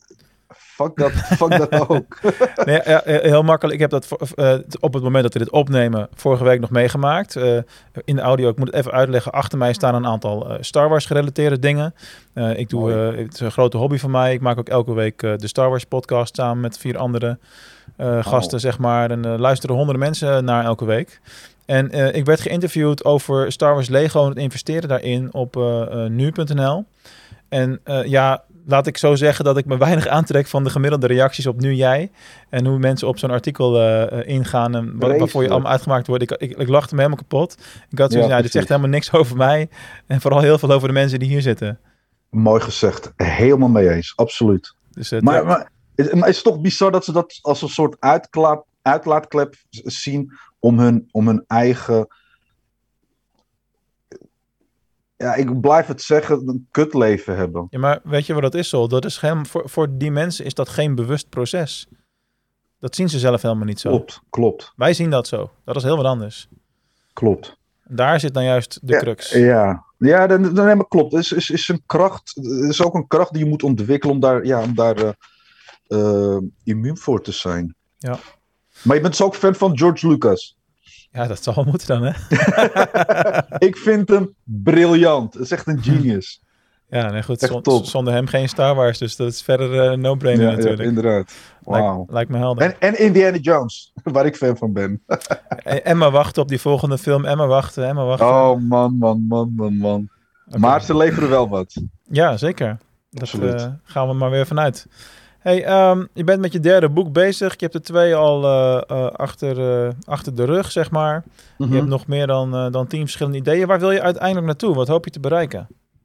fuck dat ook. Nee, ja, heel makkelijk. Ik heb dat op het moment dat we dit opnemen vorige week nog meegemaakt. In de audio, ik moet het even uitleggen. Achter mij staan een aantal Star Wars gerelateerde dingen. Het is een grote hobby van mij. Ik maak ook elke week de Star Wars podcast samen met 4 andere gasten, zeg maar. En luisteren honderden mensen naar elke week. En ik werd geïnterviewd over Star Wars Lego en het investeren daarin op nu.nl. En laat ik zo zeggen dat ik me weinig aantrek van de gemiddelde reacties op Nu Jij. En hoe mensen op zo'n artikel ingaan en waarvoor je allemaal uitgemaakt wordt. Ik lachte me helemaal kapot. Ik had zoiets, dit zegt helemaal niks over mij. En vooral heel veel over de mensen die hier zitten. Mooi gezegd. Helemaal mee eens. Absoluut. Dus maar is het toch bizar dat ze dat als een soort uitlaatklep zien om hun eigen... Ja, ik blijf het zeggen, een kutleven hebben. Ja, maar weet je wat dat is, Sol? Dat is voor die mensen is dat geen bewust proces. Dat zien ze zelf helemaal niet zo. Klopt. Wij zien dat zo. Dat is heel wat anders. Klopt. Daar zit dan juist de crux. Ja, dan klopt. Het is een kracht. Het is ook een kracht die je moet ontwikkelen om daar immuun voor te zijn. Ja. Maar je bent dus ook fan van George Lucas. Ja, dat zal wel moeten dan, hè? Ik vind hem briljant. Het is echt een genius. Ja, nee, goed. Echt top. Zonder hem geen Star Wars. Dus dat is verder no-brainer Ja, natuurlijk. inderdaad. Wauw. Lijkt me helder. En Indiana Jones, waar ik fan van ben. En maar wachten op die volgende film. En maar wachten. Oh, man. Okay. Maar ze leveren wel wat. Ja, zeker. Daar gaan we maar weer vanuit. Hey, je bent met je derde boek bezig. Je hebt er 2 al achter de rug, zeg maar. Je hebt nog meer dan 10 verschillende ideeën. Waar wil je uiteindelijk naartoe? Wat hoop je te bereiken?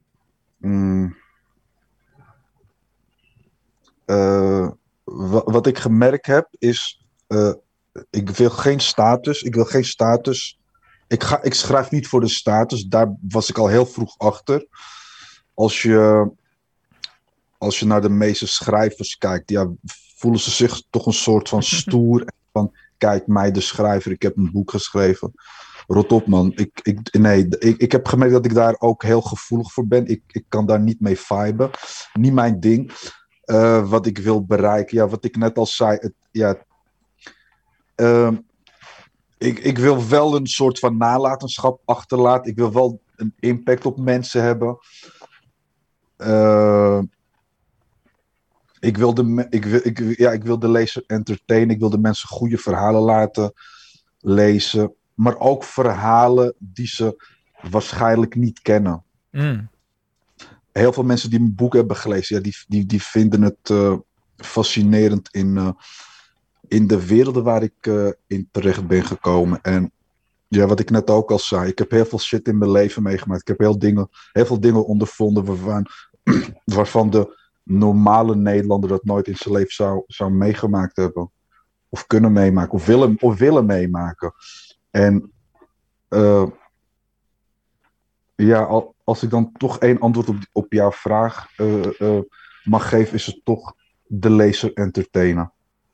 Wat ik gemerkt heb is... ik wil geen status. Ik schrijf niet voor de status. Daar was ik al heel vroeg achter. Als je naar de meeste schrijvers kijkt, ja, voelen ze zich toch een soort van stoer. Van, kijk mij, de schrijver, ik heb een boek geschreven. Rot op, man. Ik heb gemerkt dat ik daar ook heel gevoelig voor ben. Ik kan daar niet mee viben. Niet mijn ding. Wat ik wil bereiken. Ja, wat ik net al zei. Ik wil wel een soort van nalatenschap achterlaten. Ik wil wel een impact op mensen hebben. Ik wil de lezer entertainen. Ik wil de mensen goede verhalen laten lezen. Maar ook verhalen die ze waarschijnlijk niet kennen. Heel veel mensen die mijn boek hebben gelezen, ja, die vinden het fascinerend in de werelden waar ik in terecht ben gekomen. En ja, wat ik net ook al zei, ik heb heel veel shit in mijn leven meegemaakt. Ik heb heel veel dingen ondervonden waarvan de normale Nederlander dat nooit in zijn leven zou meegemaakt hebben. Of kunnen meemaken, of willen meemaken. En als ik dan toch één antwoord op jouw vraag mag geven, is het toch de lezer entertainen.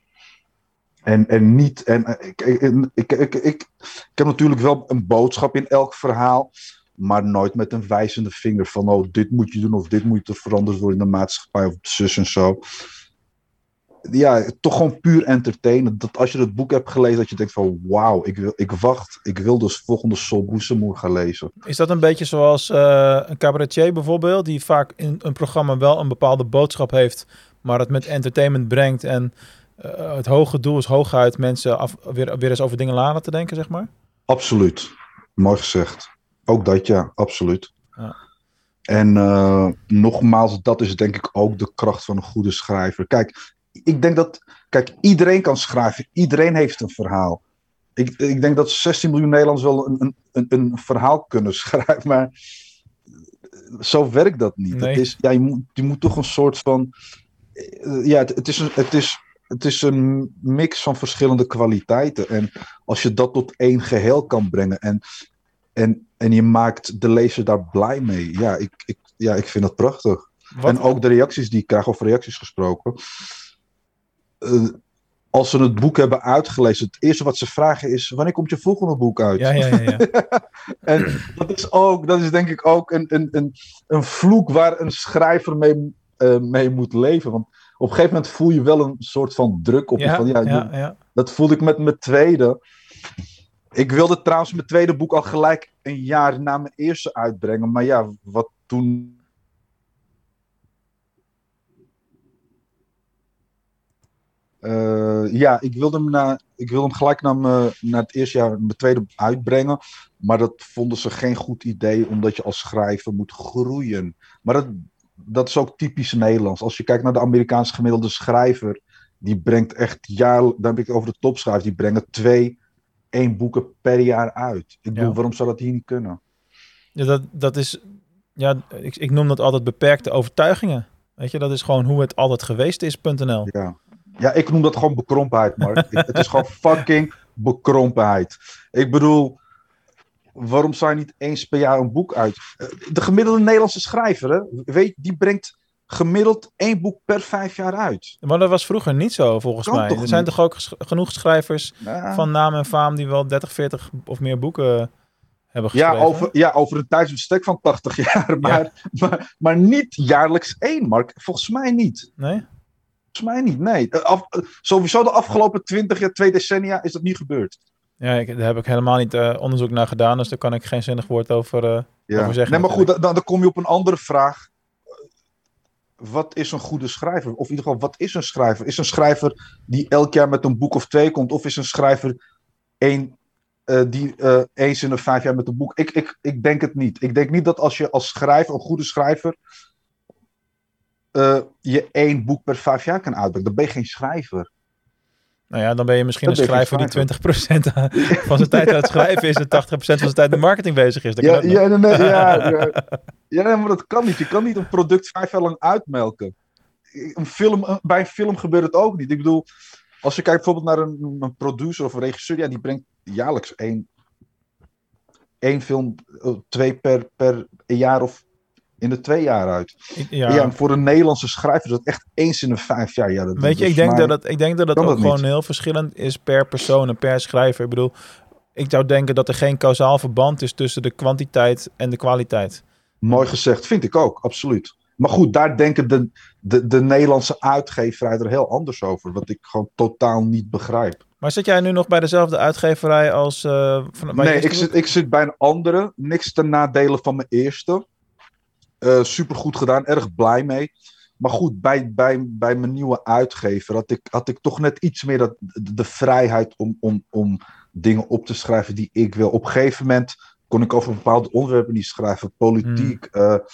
Ik heb natuurlijk wel een boodschap in elk verhaal, maar nooit met een wijzende vinger van, oh, dit moet je doen of dit moet er veranderd worden in de maatschappij of zus en zo. Ja, toch gewoon puur entertainen. Dat als je het boek hebt gelezen, dat je denkt van, wauw, ik wil dus volgende Sol Boesemoer gaan lezen. Is dat een beetje zoals een cabaretier bijvoorbeeld, die vaak in een programma wel een bepaalde boodschap heeft, maar het met entertainment brengt en het hoge doel is hooguit mensen weer eens over dingen laten denken, zeg maar? Absoluut. Mooi gezegd. Ook dat, ja. Absoluut. Ja. En nogmaals, dat is denk ik ook de kracht van een goede schrijver. Kijk, ik denk dat... Kijk, iedereen kan schrijven. Iedereen heeft een verhaal. Ik denk dat 16 miljoen Nederlanders wel een verhaal kunnen schrijven, maar zo werkt dat niet. Nee. Het is, ja, je moet toch een soort van... Ja, het is een mix van verschillende kwaliteiten. En als je dat tot één geheel kan brengen en je maakt de lezer daar blij mee. Ja, ik vind dat prachtig. En ook de reacties die ik krijg, over reacties gesproken. Als ze het boek hebben uitgelezen, het eerste wat ze vragen is, wanneer komt je volgende boek uit? Ja. En dat is denk ik ook een vloek waar een schrijver mee moet leven. Want op een gegeven moment voel je wel een soort van druk op je. Dat voelde ik met mijn tweede. Ik wilde trouwens mijn tweede boek al gelijk een jaar na mijn eerste uitbrengen. Maar ja, wat toen... ik wilde hem gelijk na het eerste jaar mijn tweede uitbrengen. Maar dat vonden ze geen goed idee, omdat je als schrijver moet groeien. Maar dat is ook typisch Nederlands. Als je kijkt naar de Amerikaanse gemiddelde schrijver, die brengt echt dan heb ik het over de topschrijvers, die brengen 1 boeken per jaar uit. Ik bedoel, waarom zou dat hier niet kunnen? Ja, dat is... Ja, ik noem dat altijd beperkte overtuigingen. Weet je, dat is gewoon hoe het altijd geweest is.nl. Ja, ik noem dat gewoon bekrompenheid, Mark. Het is gewoon fucking bekrompenheid. Ik bedoel, waarom zou je niet eens per jaar een boek uit? De gemiddelde Nederlandse schrijver, die brengt gemiddeld 1 boek per 5 jaar uit. Maar dat was vroeger niet zo, volgens mij. Er zijn toch ook genoeg schrijvers van naam en faam die wel 30, 40 of meer boeken hebben geschreven? Over een tijdsbestek van 80 jaar. Maar niet jaarlijks 1, Mark. Volgens mij niet. Nee? Volgens mij niet, nee. Sowieso de afgelopen 2 decennia is dat niet gebeurd. Ja, daar heb ik helemaal niet onderzoek naar gedaan, dus daar kan ik geen zinnig woord over zeggen. Nee, maar goed, dan kom je op een andere vraag. Wat is een goede schrijver? Of in ieder geval, wat is een schrijver? Is een schrijver die elk jaar met een boek of 2 komt? Of is een schrijver die eens in de 5 jaar met een boek... Ik denk het niet. Ik denk niet dat als je als schrijver, een goede schrijver... je 1 boek per 5 jaar kan uitbrengen. Dan ben je geen schrijver. Nou ja, dan ben je misschien een schrijver die 20% van zijn tijd aan het schrijven is en 80% van zijn tijd met marketing bezig is. Nee, maar dat kan niet. Je kan niet een product 5 jaar lang uitmelken. Bij een film gebeurt het ook niet. Ik bedoel, als je kijkt bijvoorbeeld naar een producer of een regisseur, ja, die brengt jaarlijks één film, 2 per jaar of in de 2 jaar uit. Ja, voor een Nederlandse schrijver is dat echt eens in de 5 jaar. Ja, weet je, ik denk dat het ook gewoon heel verschillend is per persoon en per schrijver. Ik bedoel, ik zou denken dat er geen kausaal verband is tussen de kwantiteit en de kwaliteit. Mooi gezegd, vind ik ook, absoluut. Maar goed, daar denken de Nederlandse uitgeverij er heel anders over. Wat ik gewoon totaal niet begrijp. Maar zit jij nu nog bij dezelfde uitgeverij als... nee, ik zit bij een andere. Niks ten nadele van mijn eerste. Supergoed gedaan, erg blij mee. Maar goed, bij mijn nieuwe uitgever had ik toch net iets meer de vrijheid om dingen op te schrijven die ik wil. Op een gegeven moment kon ik over bepaalde onderwerpen niet schrijven. Politiek,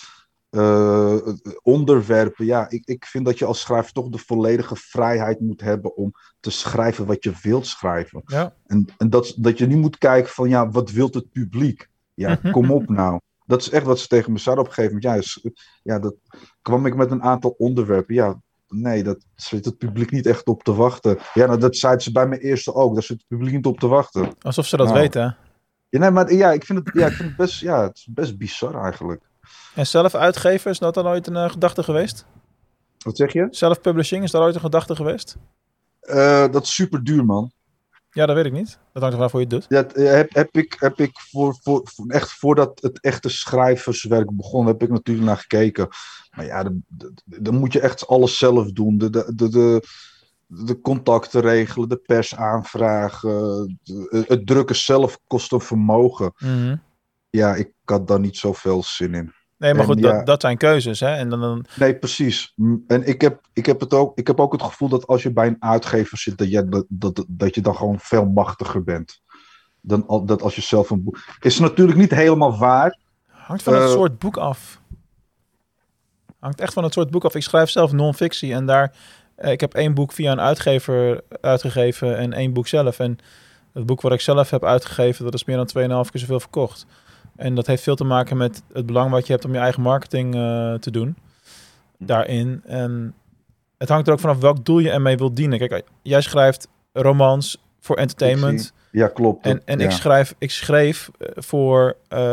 onderwerpen. Ja, ik vind dat je als schrijver toch de volledige vrijheid moet hebben om te schrijven wat je wilt schrijven. Ja. En dat je niet moet kijken van, ja, wat wil het publiek? Ja, kom op nou. Dat is echt wat ze tegen me zeiden op een gegeven moment. Ja, dat kwam ik met een aantal onderwerpen. Ja, nee, dat zit het publiek niet echt op te wachten. Ja, nou, dat zeiden ze bij mijn eerste ook. Daar zit het publiek niet op te wachten. Alsof ze dat weten. Ja, nee, maar ja, ik vind het best, ja, het is best bizar eigenlijk. En zelf uitgeven, is dat dan ooit een gedachte geweest? Wat zeg je? Zelf publishing, is dat ooit een gedachte geweest? Dat is super duur, man. Ja, dat weet ik niet. Dat hangt er waarvoor je het doet. Ja, heb ik echt voordat het echte schrijverswerk begon, heb ik natuurlijk naar gekeken. Maar ja, dan moet je echt alles zelf doen. De contacten regelen, de pers aanvragen. Het drukken zelf kost een vermogen. Mm-hmm. Ja, ik had daar niet zoveel zin in. Nee, maar goed, dat zijn keuzes, hè? En dan... Nee, precies. En ik heb ook het gevoel dat als je bij een uitgever zit, dat je dan gewoon veel machtiger bent. Dan dat als je zelf een boek... Is natuurlijk niet helemaal waar. Hangt van het soort boek af. Hangt echt van het soort boek af. Ik schrijf zelf non-fictie en ik heb 1 boek via een uitgever uitgegeven en 1 boek zelf. En het boek wat ik zelf heb uitgegeven, dat is meer dan 2,5 keer zoveel verkocht. En dat heeft veel te maken met het belang wat je hebt om je eigen marketing te doen. Daarin. En het hangt er ook vanaf welk doel je ermee wilt dienen. Kijk, jij schrijft romans voor entertainment. Ja, klopt. En ja. Ik schreef voor...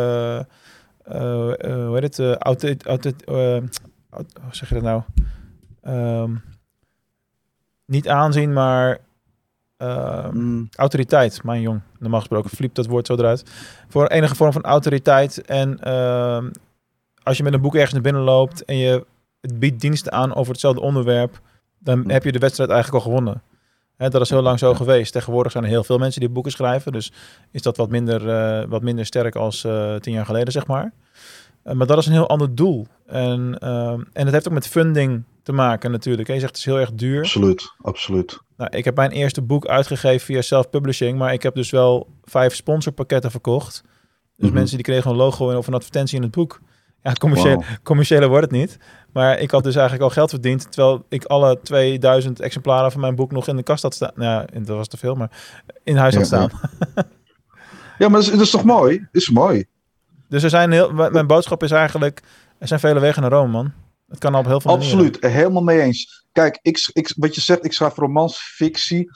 hoe heet het? Hoe zeg je dat nou? Niet aanzien, maar... autoriteit, mijn jong. Normaal gesproken fliept dat woord zo eruit. Voor enige vorm van autoriteit. En als je met een boek ergens naar binnen loopt en het biedt diensten aan over hetzelfde onderwerp, dan heb je de wedstrijd eigenlijk al gewonnen. Dat is heel lang zo geweest. Tegenwoordig zijn er heel veel mensen die boeken schrijven. Dus is dat wat minder sterk als 10 jaar geleden, zeg maar. Maar dat is een heel ander doel. En het heeft ook met funding te maken natuurlijk. Je zegt het is heel erg duur. Absoluut. Nou, ik heb mijn eerste boek uitgegeven via self-publishing, maar ik heb dus wel 5 sponsorpakketten verkocht. Dus mensen die kregen een logo of een advertentie in het boek. Ja, commerciëler wordt het niet. Maar ik had dus eigenlijk al geld verdiend, terwijl ik alle 2000 exemplaren van mijn boek nog in de kast had staan. Nou, dat was te veel, maar in huis had staan. Ja, maar dat is toch mooi? Is mooi. Dus mijn boodschap is eigenlijk, er zijn vele wegen naar Rome, man. Het kan op heel veel manieren. Absoluut, helemaal mee eens. Kijk, wat je zegt, ik schrijf romans, fictie.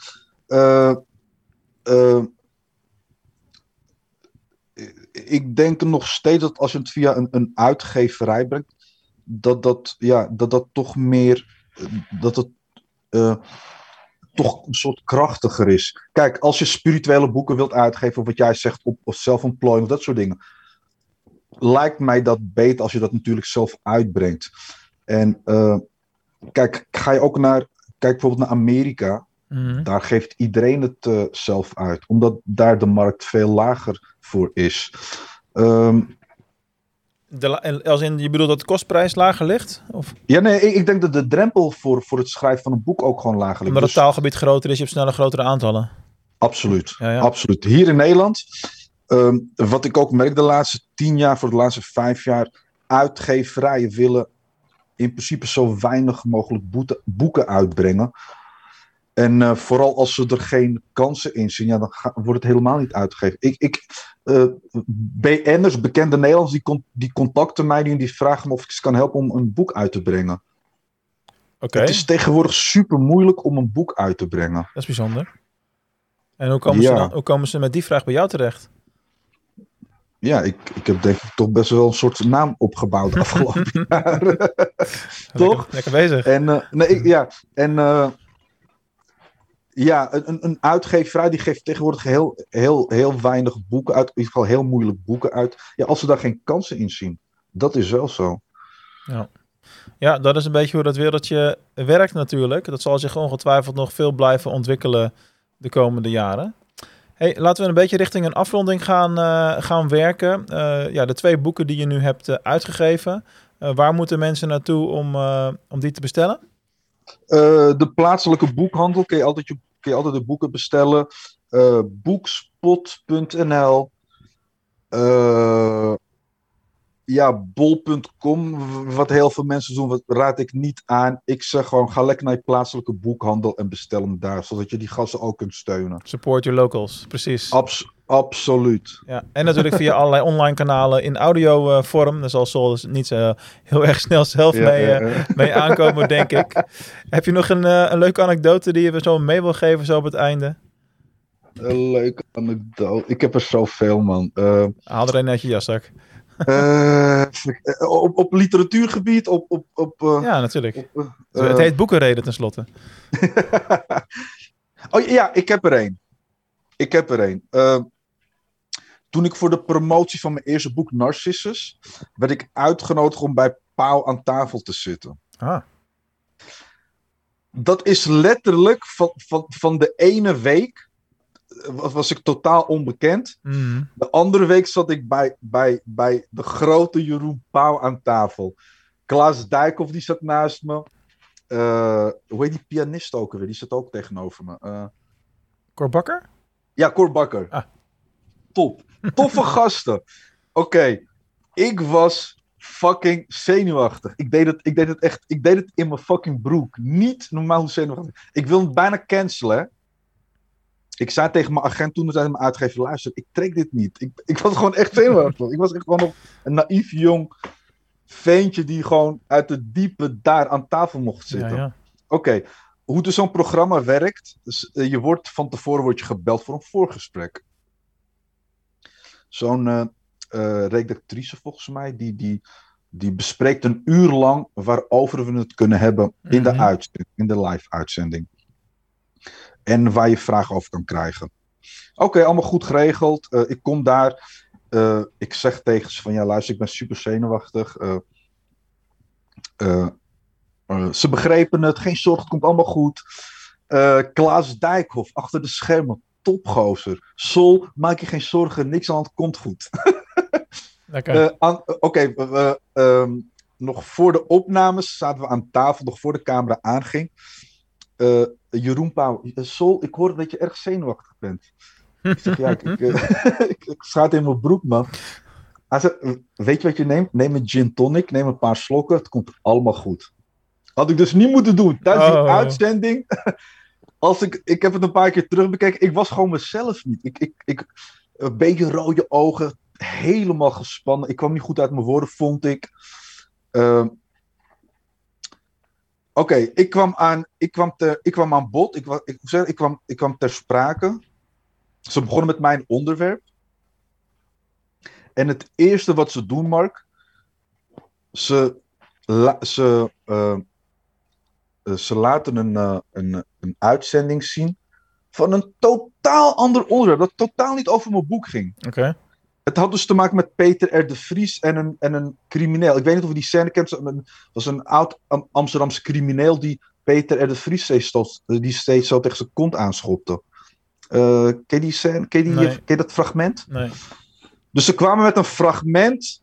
Ik denk nog steeds dat als je het via een uitgeverij brengt, dat toch meer, dat het toch een soort krachtiger is. Kijk, als je spirituele boeken wilt uitgeven, of wat jij zegt, op zelfontplooiing of dat soort dingen, lijkt mij dat beter als je dat natuurlijk zelf uitbrengt. En kijk bijvoorbeeld naar Amerika. Mhm. Daar geeft iedereen het zelf uit. Omdat daar de markt veel lager voor is. Als in, je bedoelt dat de kostprijs lager ligt? Of Ja, nee, ik denk dat de drempel voor het schrijven van een boek ook gewoon lager ligt. omdat het Dus taalgebied groter is, je hebt sneller grotere aantallen? absoluut, Ja. absoluut. Hier in Nederland, wat ik ook merk de laatste 10 jaar, voor de laatste 5 jaar, uitgeverijen willen in principe zo weinig mogelijk boeken uitbrengen. En vooral als ze er geen kansen in zien, ja, dan wordt het helemaal niet uitgegeven. BN'ers, bekende Nederlanders, die contacten mij en die vragen me of ik ze kan helpen om een boek uit te brengen. Oké, Het is tegenwoordig super moeilijk om een boek uit te brengen. dat is bijzonder. En hoe komen ze met die vraag bij jou terecht? Ja, ik heb denk ik toch best wel een soort naam opgebouwd de afgelopen jaren. Toch? Lekker bezig. Een uitgeverij die geeft tegenwoordig heel weinig boeken uit. In ieder geval heel moeilijk boeken uit. Ja, als ze daar geen kansen in zien. Dat is wel zo. Ja, dat is een beetje hoe dat wereldje werkt natuurlijk. Dat zal zich ongetwijfeld nog veel blijven ontwikkelen de komende jaren. Hey, laten we een beetje richting een afronding gaan werken. De 2 boeken die je nu hebt uitgegeven. Waar moeten mensen naartoe om die te bestellen? De plaatselijke boekhandel kun je altijd de boeken bestellen. Boekspot.nl. Bol.com, wat heel veel mensen doen, wat raad ik niet aan. Ik zeg gewoon, ga lekker naar je plaatselijke boekhandel en bestel hem daar, zodat je die gasten ook kunt steunen. Support your locals, precies. Absoluut. Ja, en natuurlijk via allerlei online kanalen in audiovorm. Daar zal Sol dus niet zo heel erg snel zelf mee aankomen, denk ik. Heb je nog een leuke anekdote die je zo mee wil geven zo op het einde? Een leuke anekdote. Ik heb er zoveel, man. Haal er een uit je jaszak. Op literatuurgebied, ja, natuurlijk. Het heet Boekenreden tenslotte. Oh ja, ik heb er één. Toen ik voor de promotie van mijn eerste boek Narcissus, werd ik uitgenodigd om bij Pauw aan tafel te zitten. Ah. Dat is letterlijk van de ene week was ik totaal onbekend. Mm. De andere week zat ik bij de grote Jeroen Pauw aan tafel. Klaas Dijkhoff die zat naast me. Hoe heet die pianist ook alweer? Die zat ook tegenover me. Cor Bakker? Ja, Cor Bakker. Ah. Top. Toffe gasten. Oké. Ik was fucking zenuwachtig. Ik deed het echt. Ik deed het in mijn fucking broek. Niet normaal hoe zenuwachtig. Ik wil het bijna cancelen. Ik zei tegen mijn agent toen, zei mijn uitgever, luister, ik trek dit niet. Ik was gewoon echt zenuwachtig. Ik was echt gewoon een naïef jong ventje die gewoon uit de diepe daar aan tafel mocht zitten. Ja. Oké. Hoe dus zo'n programma werkt, dus, van tevoren word je gebeld voor een voorgesprek. Zo'n redactrice volgens mij, die bespreekt een uur lang waarover we het kunnen hebben in de live uitzending. En waar je vragen over kan krijgen. Oké, allemaal goed geregeld. Ik kom daar. Ik zeg tegen ze van, ja luister, ik ben super zenuwachtig. Ze begrepen het, geen zorg, het komt allemaal goed. Klaas Dijkhoff, achter de schermen, topgozer. Sol, maak je geen zorgen, niks aan het komt goed. Nog voor de opnames zaten we aan tafel, nog voor de camera aanging. Jeroen Pauw, Sol, ik hoor dat je erg zenuwachtig bent. Ik zeg, ja, ik schaat in mijn broek, man. Hij zei, weet je wat je neemt? Neem een gin tonic, neem een paar slokken, het komt allemaal goed. Had ik dus niet moeten doen. Tijdens die uitzending, ik heb het een paar keer terugbekeken, ik was gewoon mezelf niet. Ik een beetje rode ogen, helemaal gespannen. Ik kwam niet goed uit mijn woorden, vond ik. Oké, ik kwam aan bod. Ik kwam ter sprake. Ze begonnen met mijn onderwerp. En het eerste wat ze doen, Mark. Ze laten een uitzending zien van een totaal ander onderwerp. Dat totaal niet over mijn boek ging. Oké. Het had dus te maken met Peter R. de Vries en een crimineel. Ik weet niet of je die scène kent. Het was een oud Amsterdamse crimineel die Peter R. de Vries die steeds zo tegen zijn kont aanschopte. Ken je die scène? Ken je dat fragment? Nee. Dus ze kwamen met een fragment.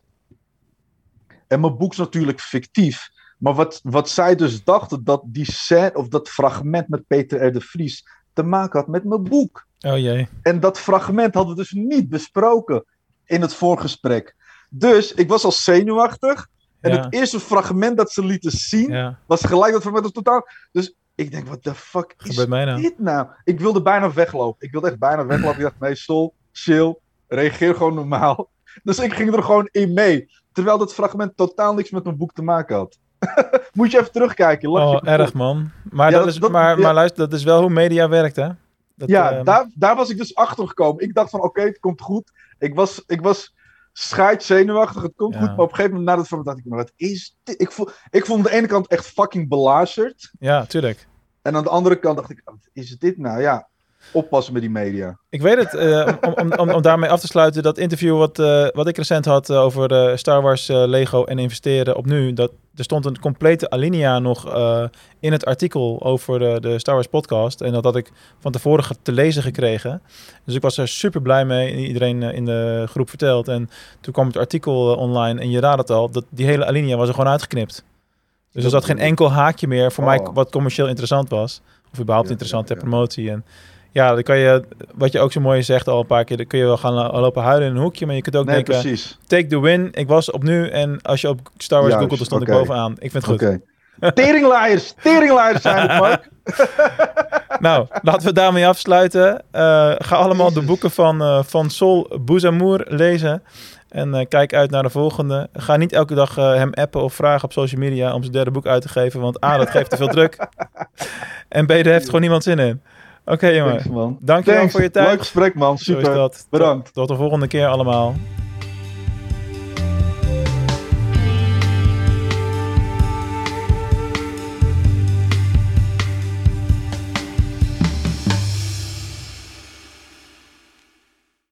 En mijn boek is natuurlijk fictief. Maar wat zij dus dachten, dat die scène of dat fragment met Peter R. de Vries te maken had met mijn boek. Oh jee. En dat fragment hadden we dus niet besproken in het voorgesprek. Dus ik was al zenuwachtig. En het eerste fragment dat ze lieten zien, was gelijk dat fragment totaal. Dus ik denk, wat de fuck is dit nou? Ik wilde bijna weglopen. Ik wilde echt bijna weglopen. Ik dacht, nee, Sol, chill, reageer gewoon normaal. Dus ik ging er gewoon in mee. Terwijl dat fragment totaal niks met mijn boek te maken had. Moet je even terugkijken. Erg man. Maar, maar luister, dat is wel hoe media werkt, hè? Daar was ik dus achter gekomen. Ik dacht van, oké, het komt goed. Ik was zenuwachtig, het komt goed. Maar op een gegeven moment na dat fragment dacht ik, maar wat is dit? Ik vond aan de ene kant echt fucking belazerd. Ja, tuurlijk. En aan de andere kant dacht ik, wat is dit nou? Ja, oppassen met die media. Ik weet het, om daarmee af te sluiten, dat interview wat ik recent had over Star Wars, Lego en investeren op nu, er stond een complete alinea nog in het artikel over de Star Wars podcast. En dat had ik van tevoren te lezen gekregen. Dus ik was er super blij mee. Iedereen in de groep verteld. En toen kwam het artikel online en je raadt het al, die hele alinea was er gewoon uitgeknipt. Dus er zat geen enkel haakje meer voor mij wat commercieel interessant was. Of überhaupt interessant ter promotie. En ja, dan kan je, wat je ook zo mooi zegt al een paar keer, dan kun je wel gaan lopen huilen in een hoekje. Maar je kunt ook denken, precies. Take the win. Ik was op nu en als je op Star Wars googelt, dan stond ik bovenaan. Ik vind het goed. Teringlaaiers zijn het, Mark. Nou, laten we daarmee afsluiten. Ga allemaal de boeken van Sol Bouzamour lezen. En kijk uit naar de volgende. Ga niet elke dag hem appen of vragen op social media om zijn derde boek uit te geven. Want A, dat geeft te veel druk. En B, daar heeft gewoon niemand zin in. Oké, jongen. Dankjewel voor je tijd. Leuk gesprek, man. Super. Bedankt. Tot de volgende keer allemaal.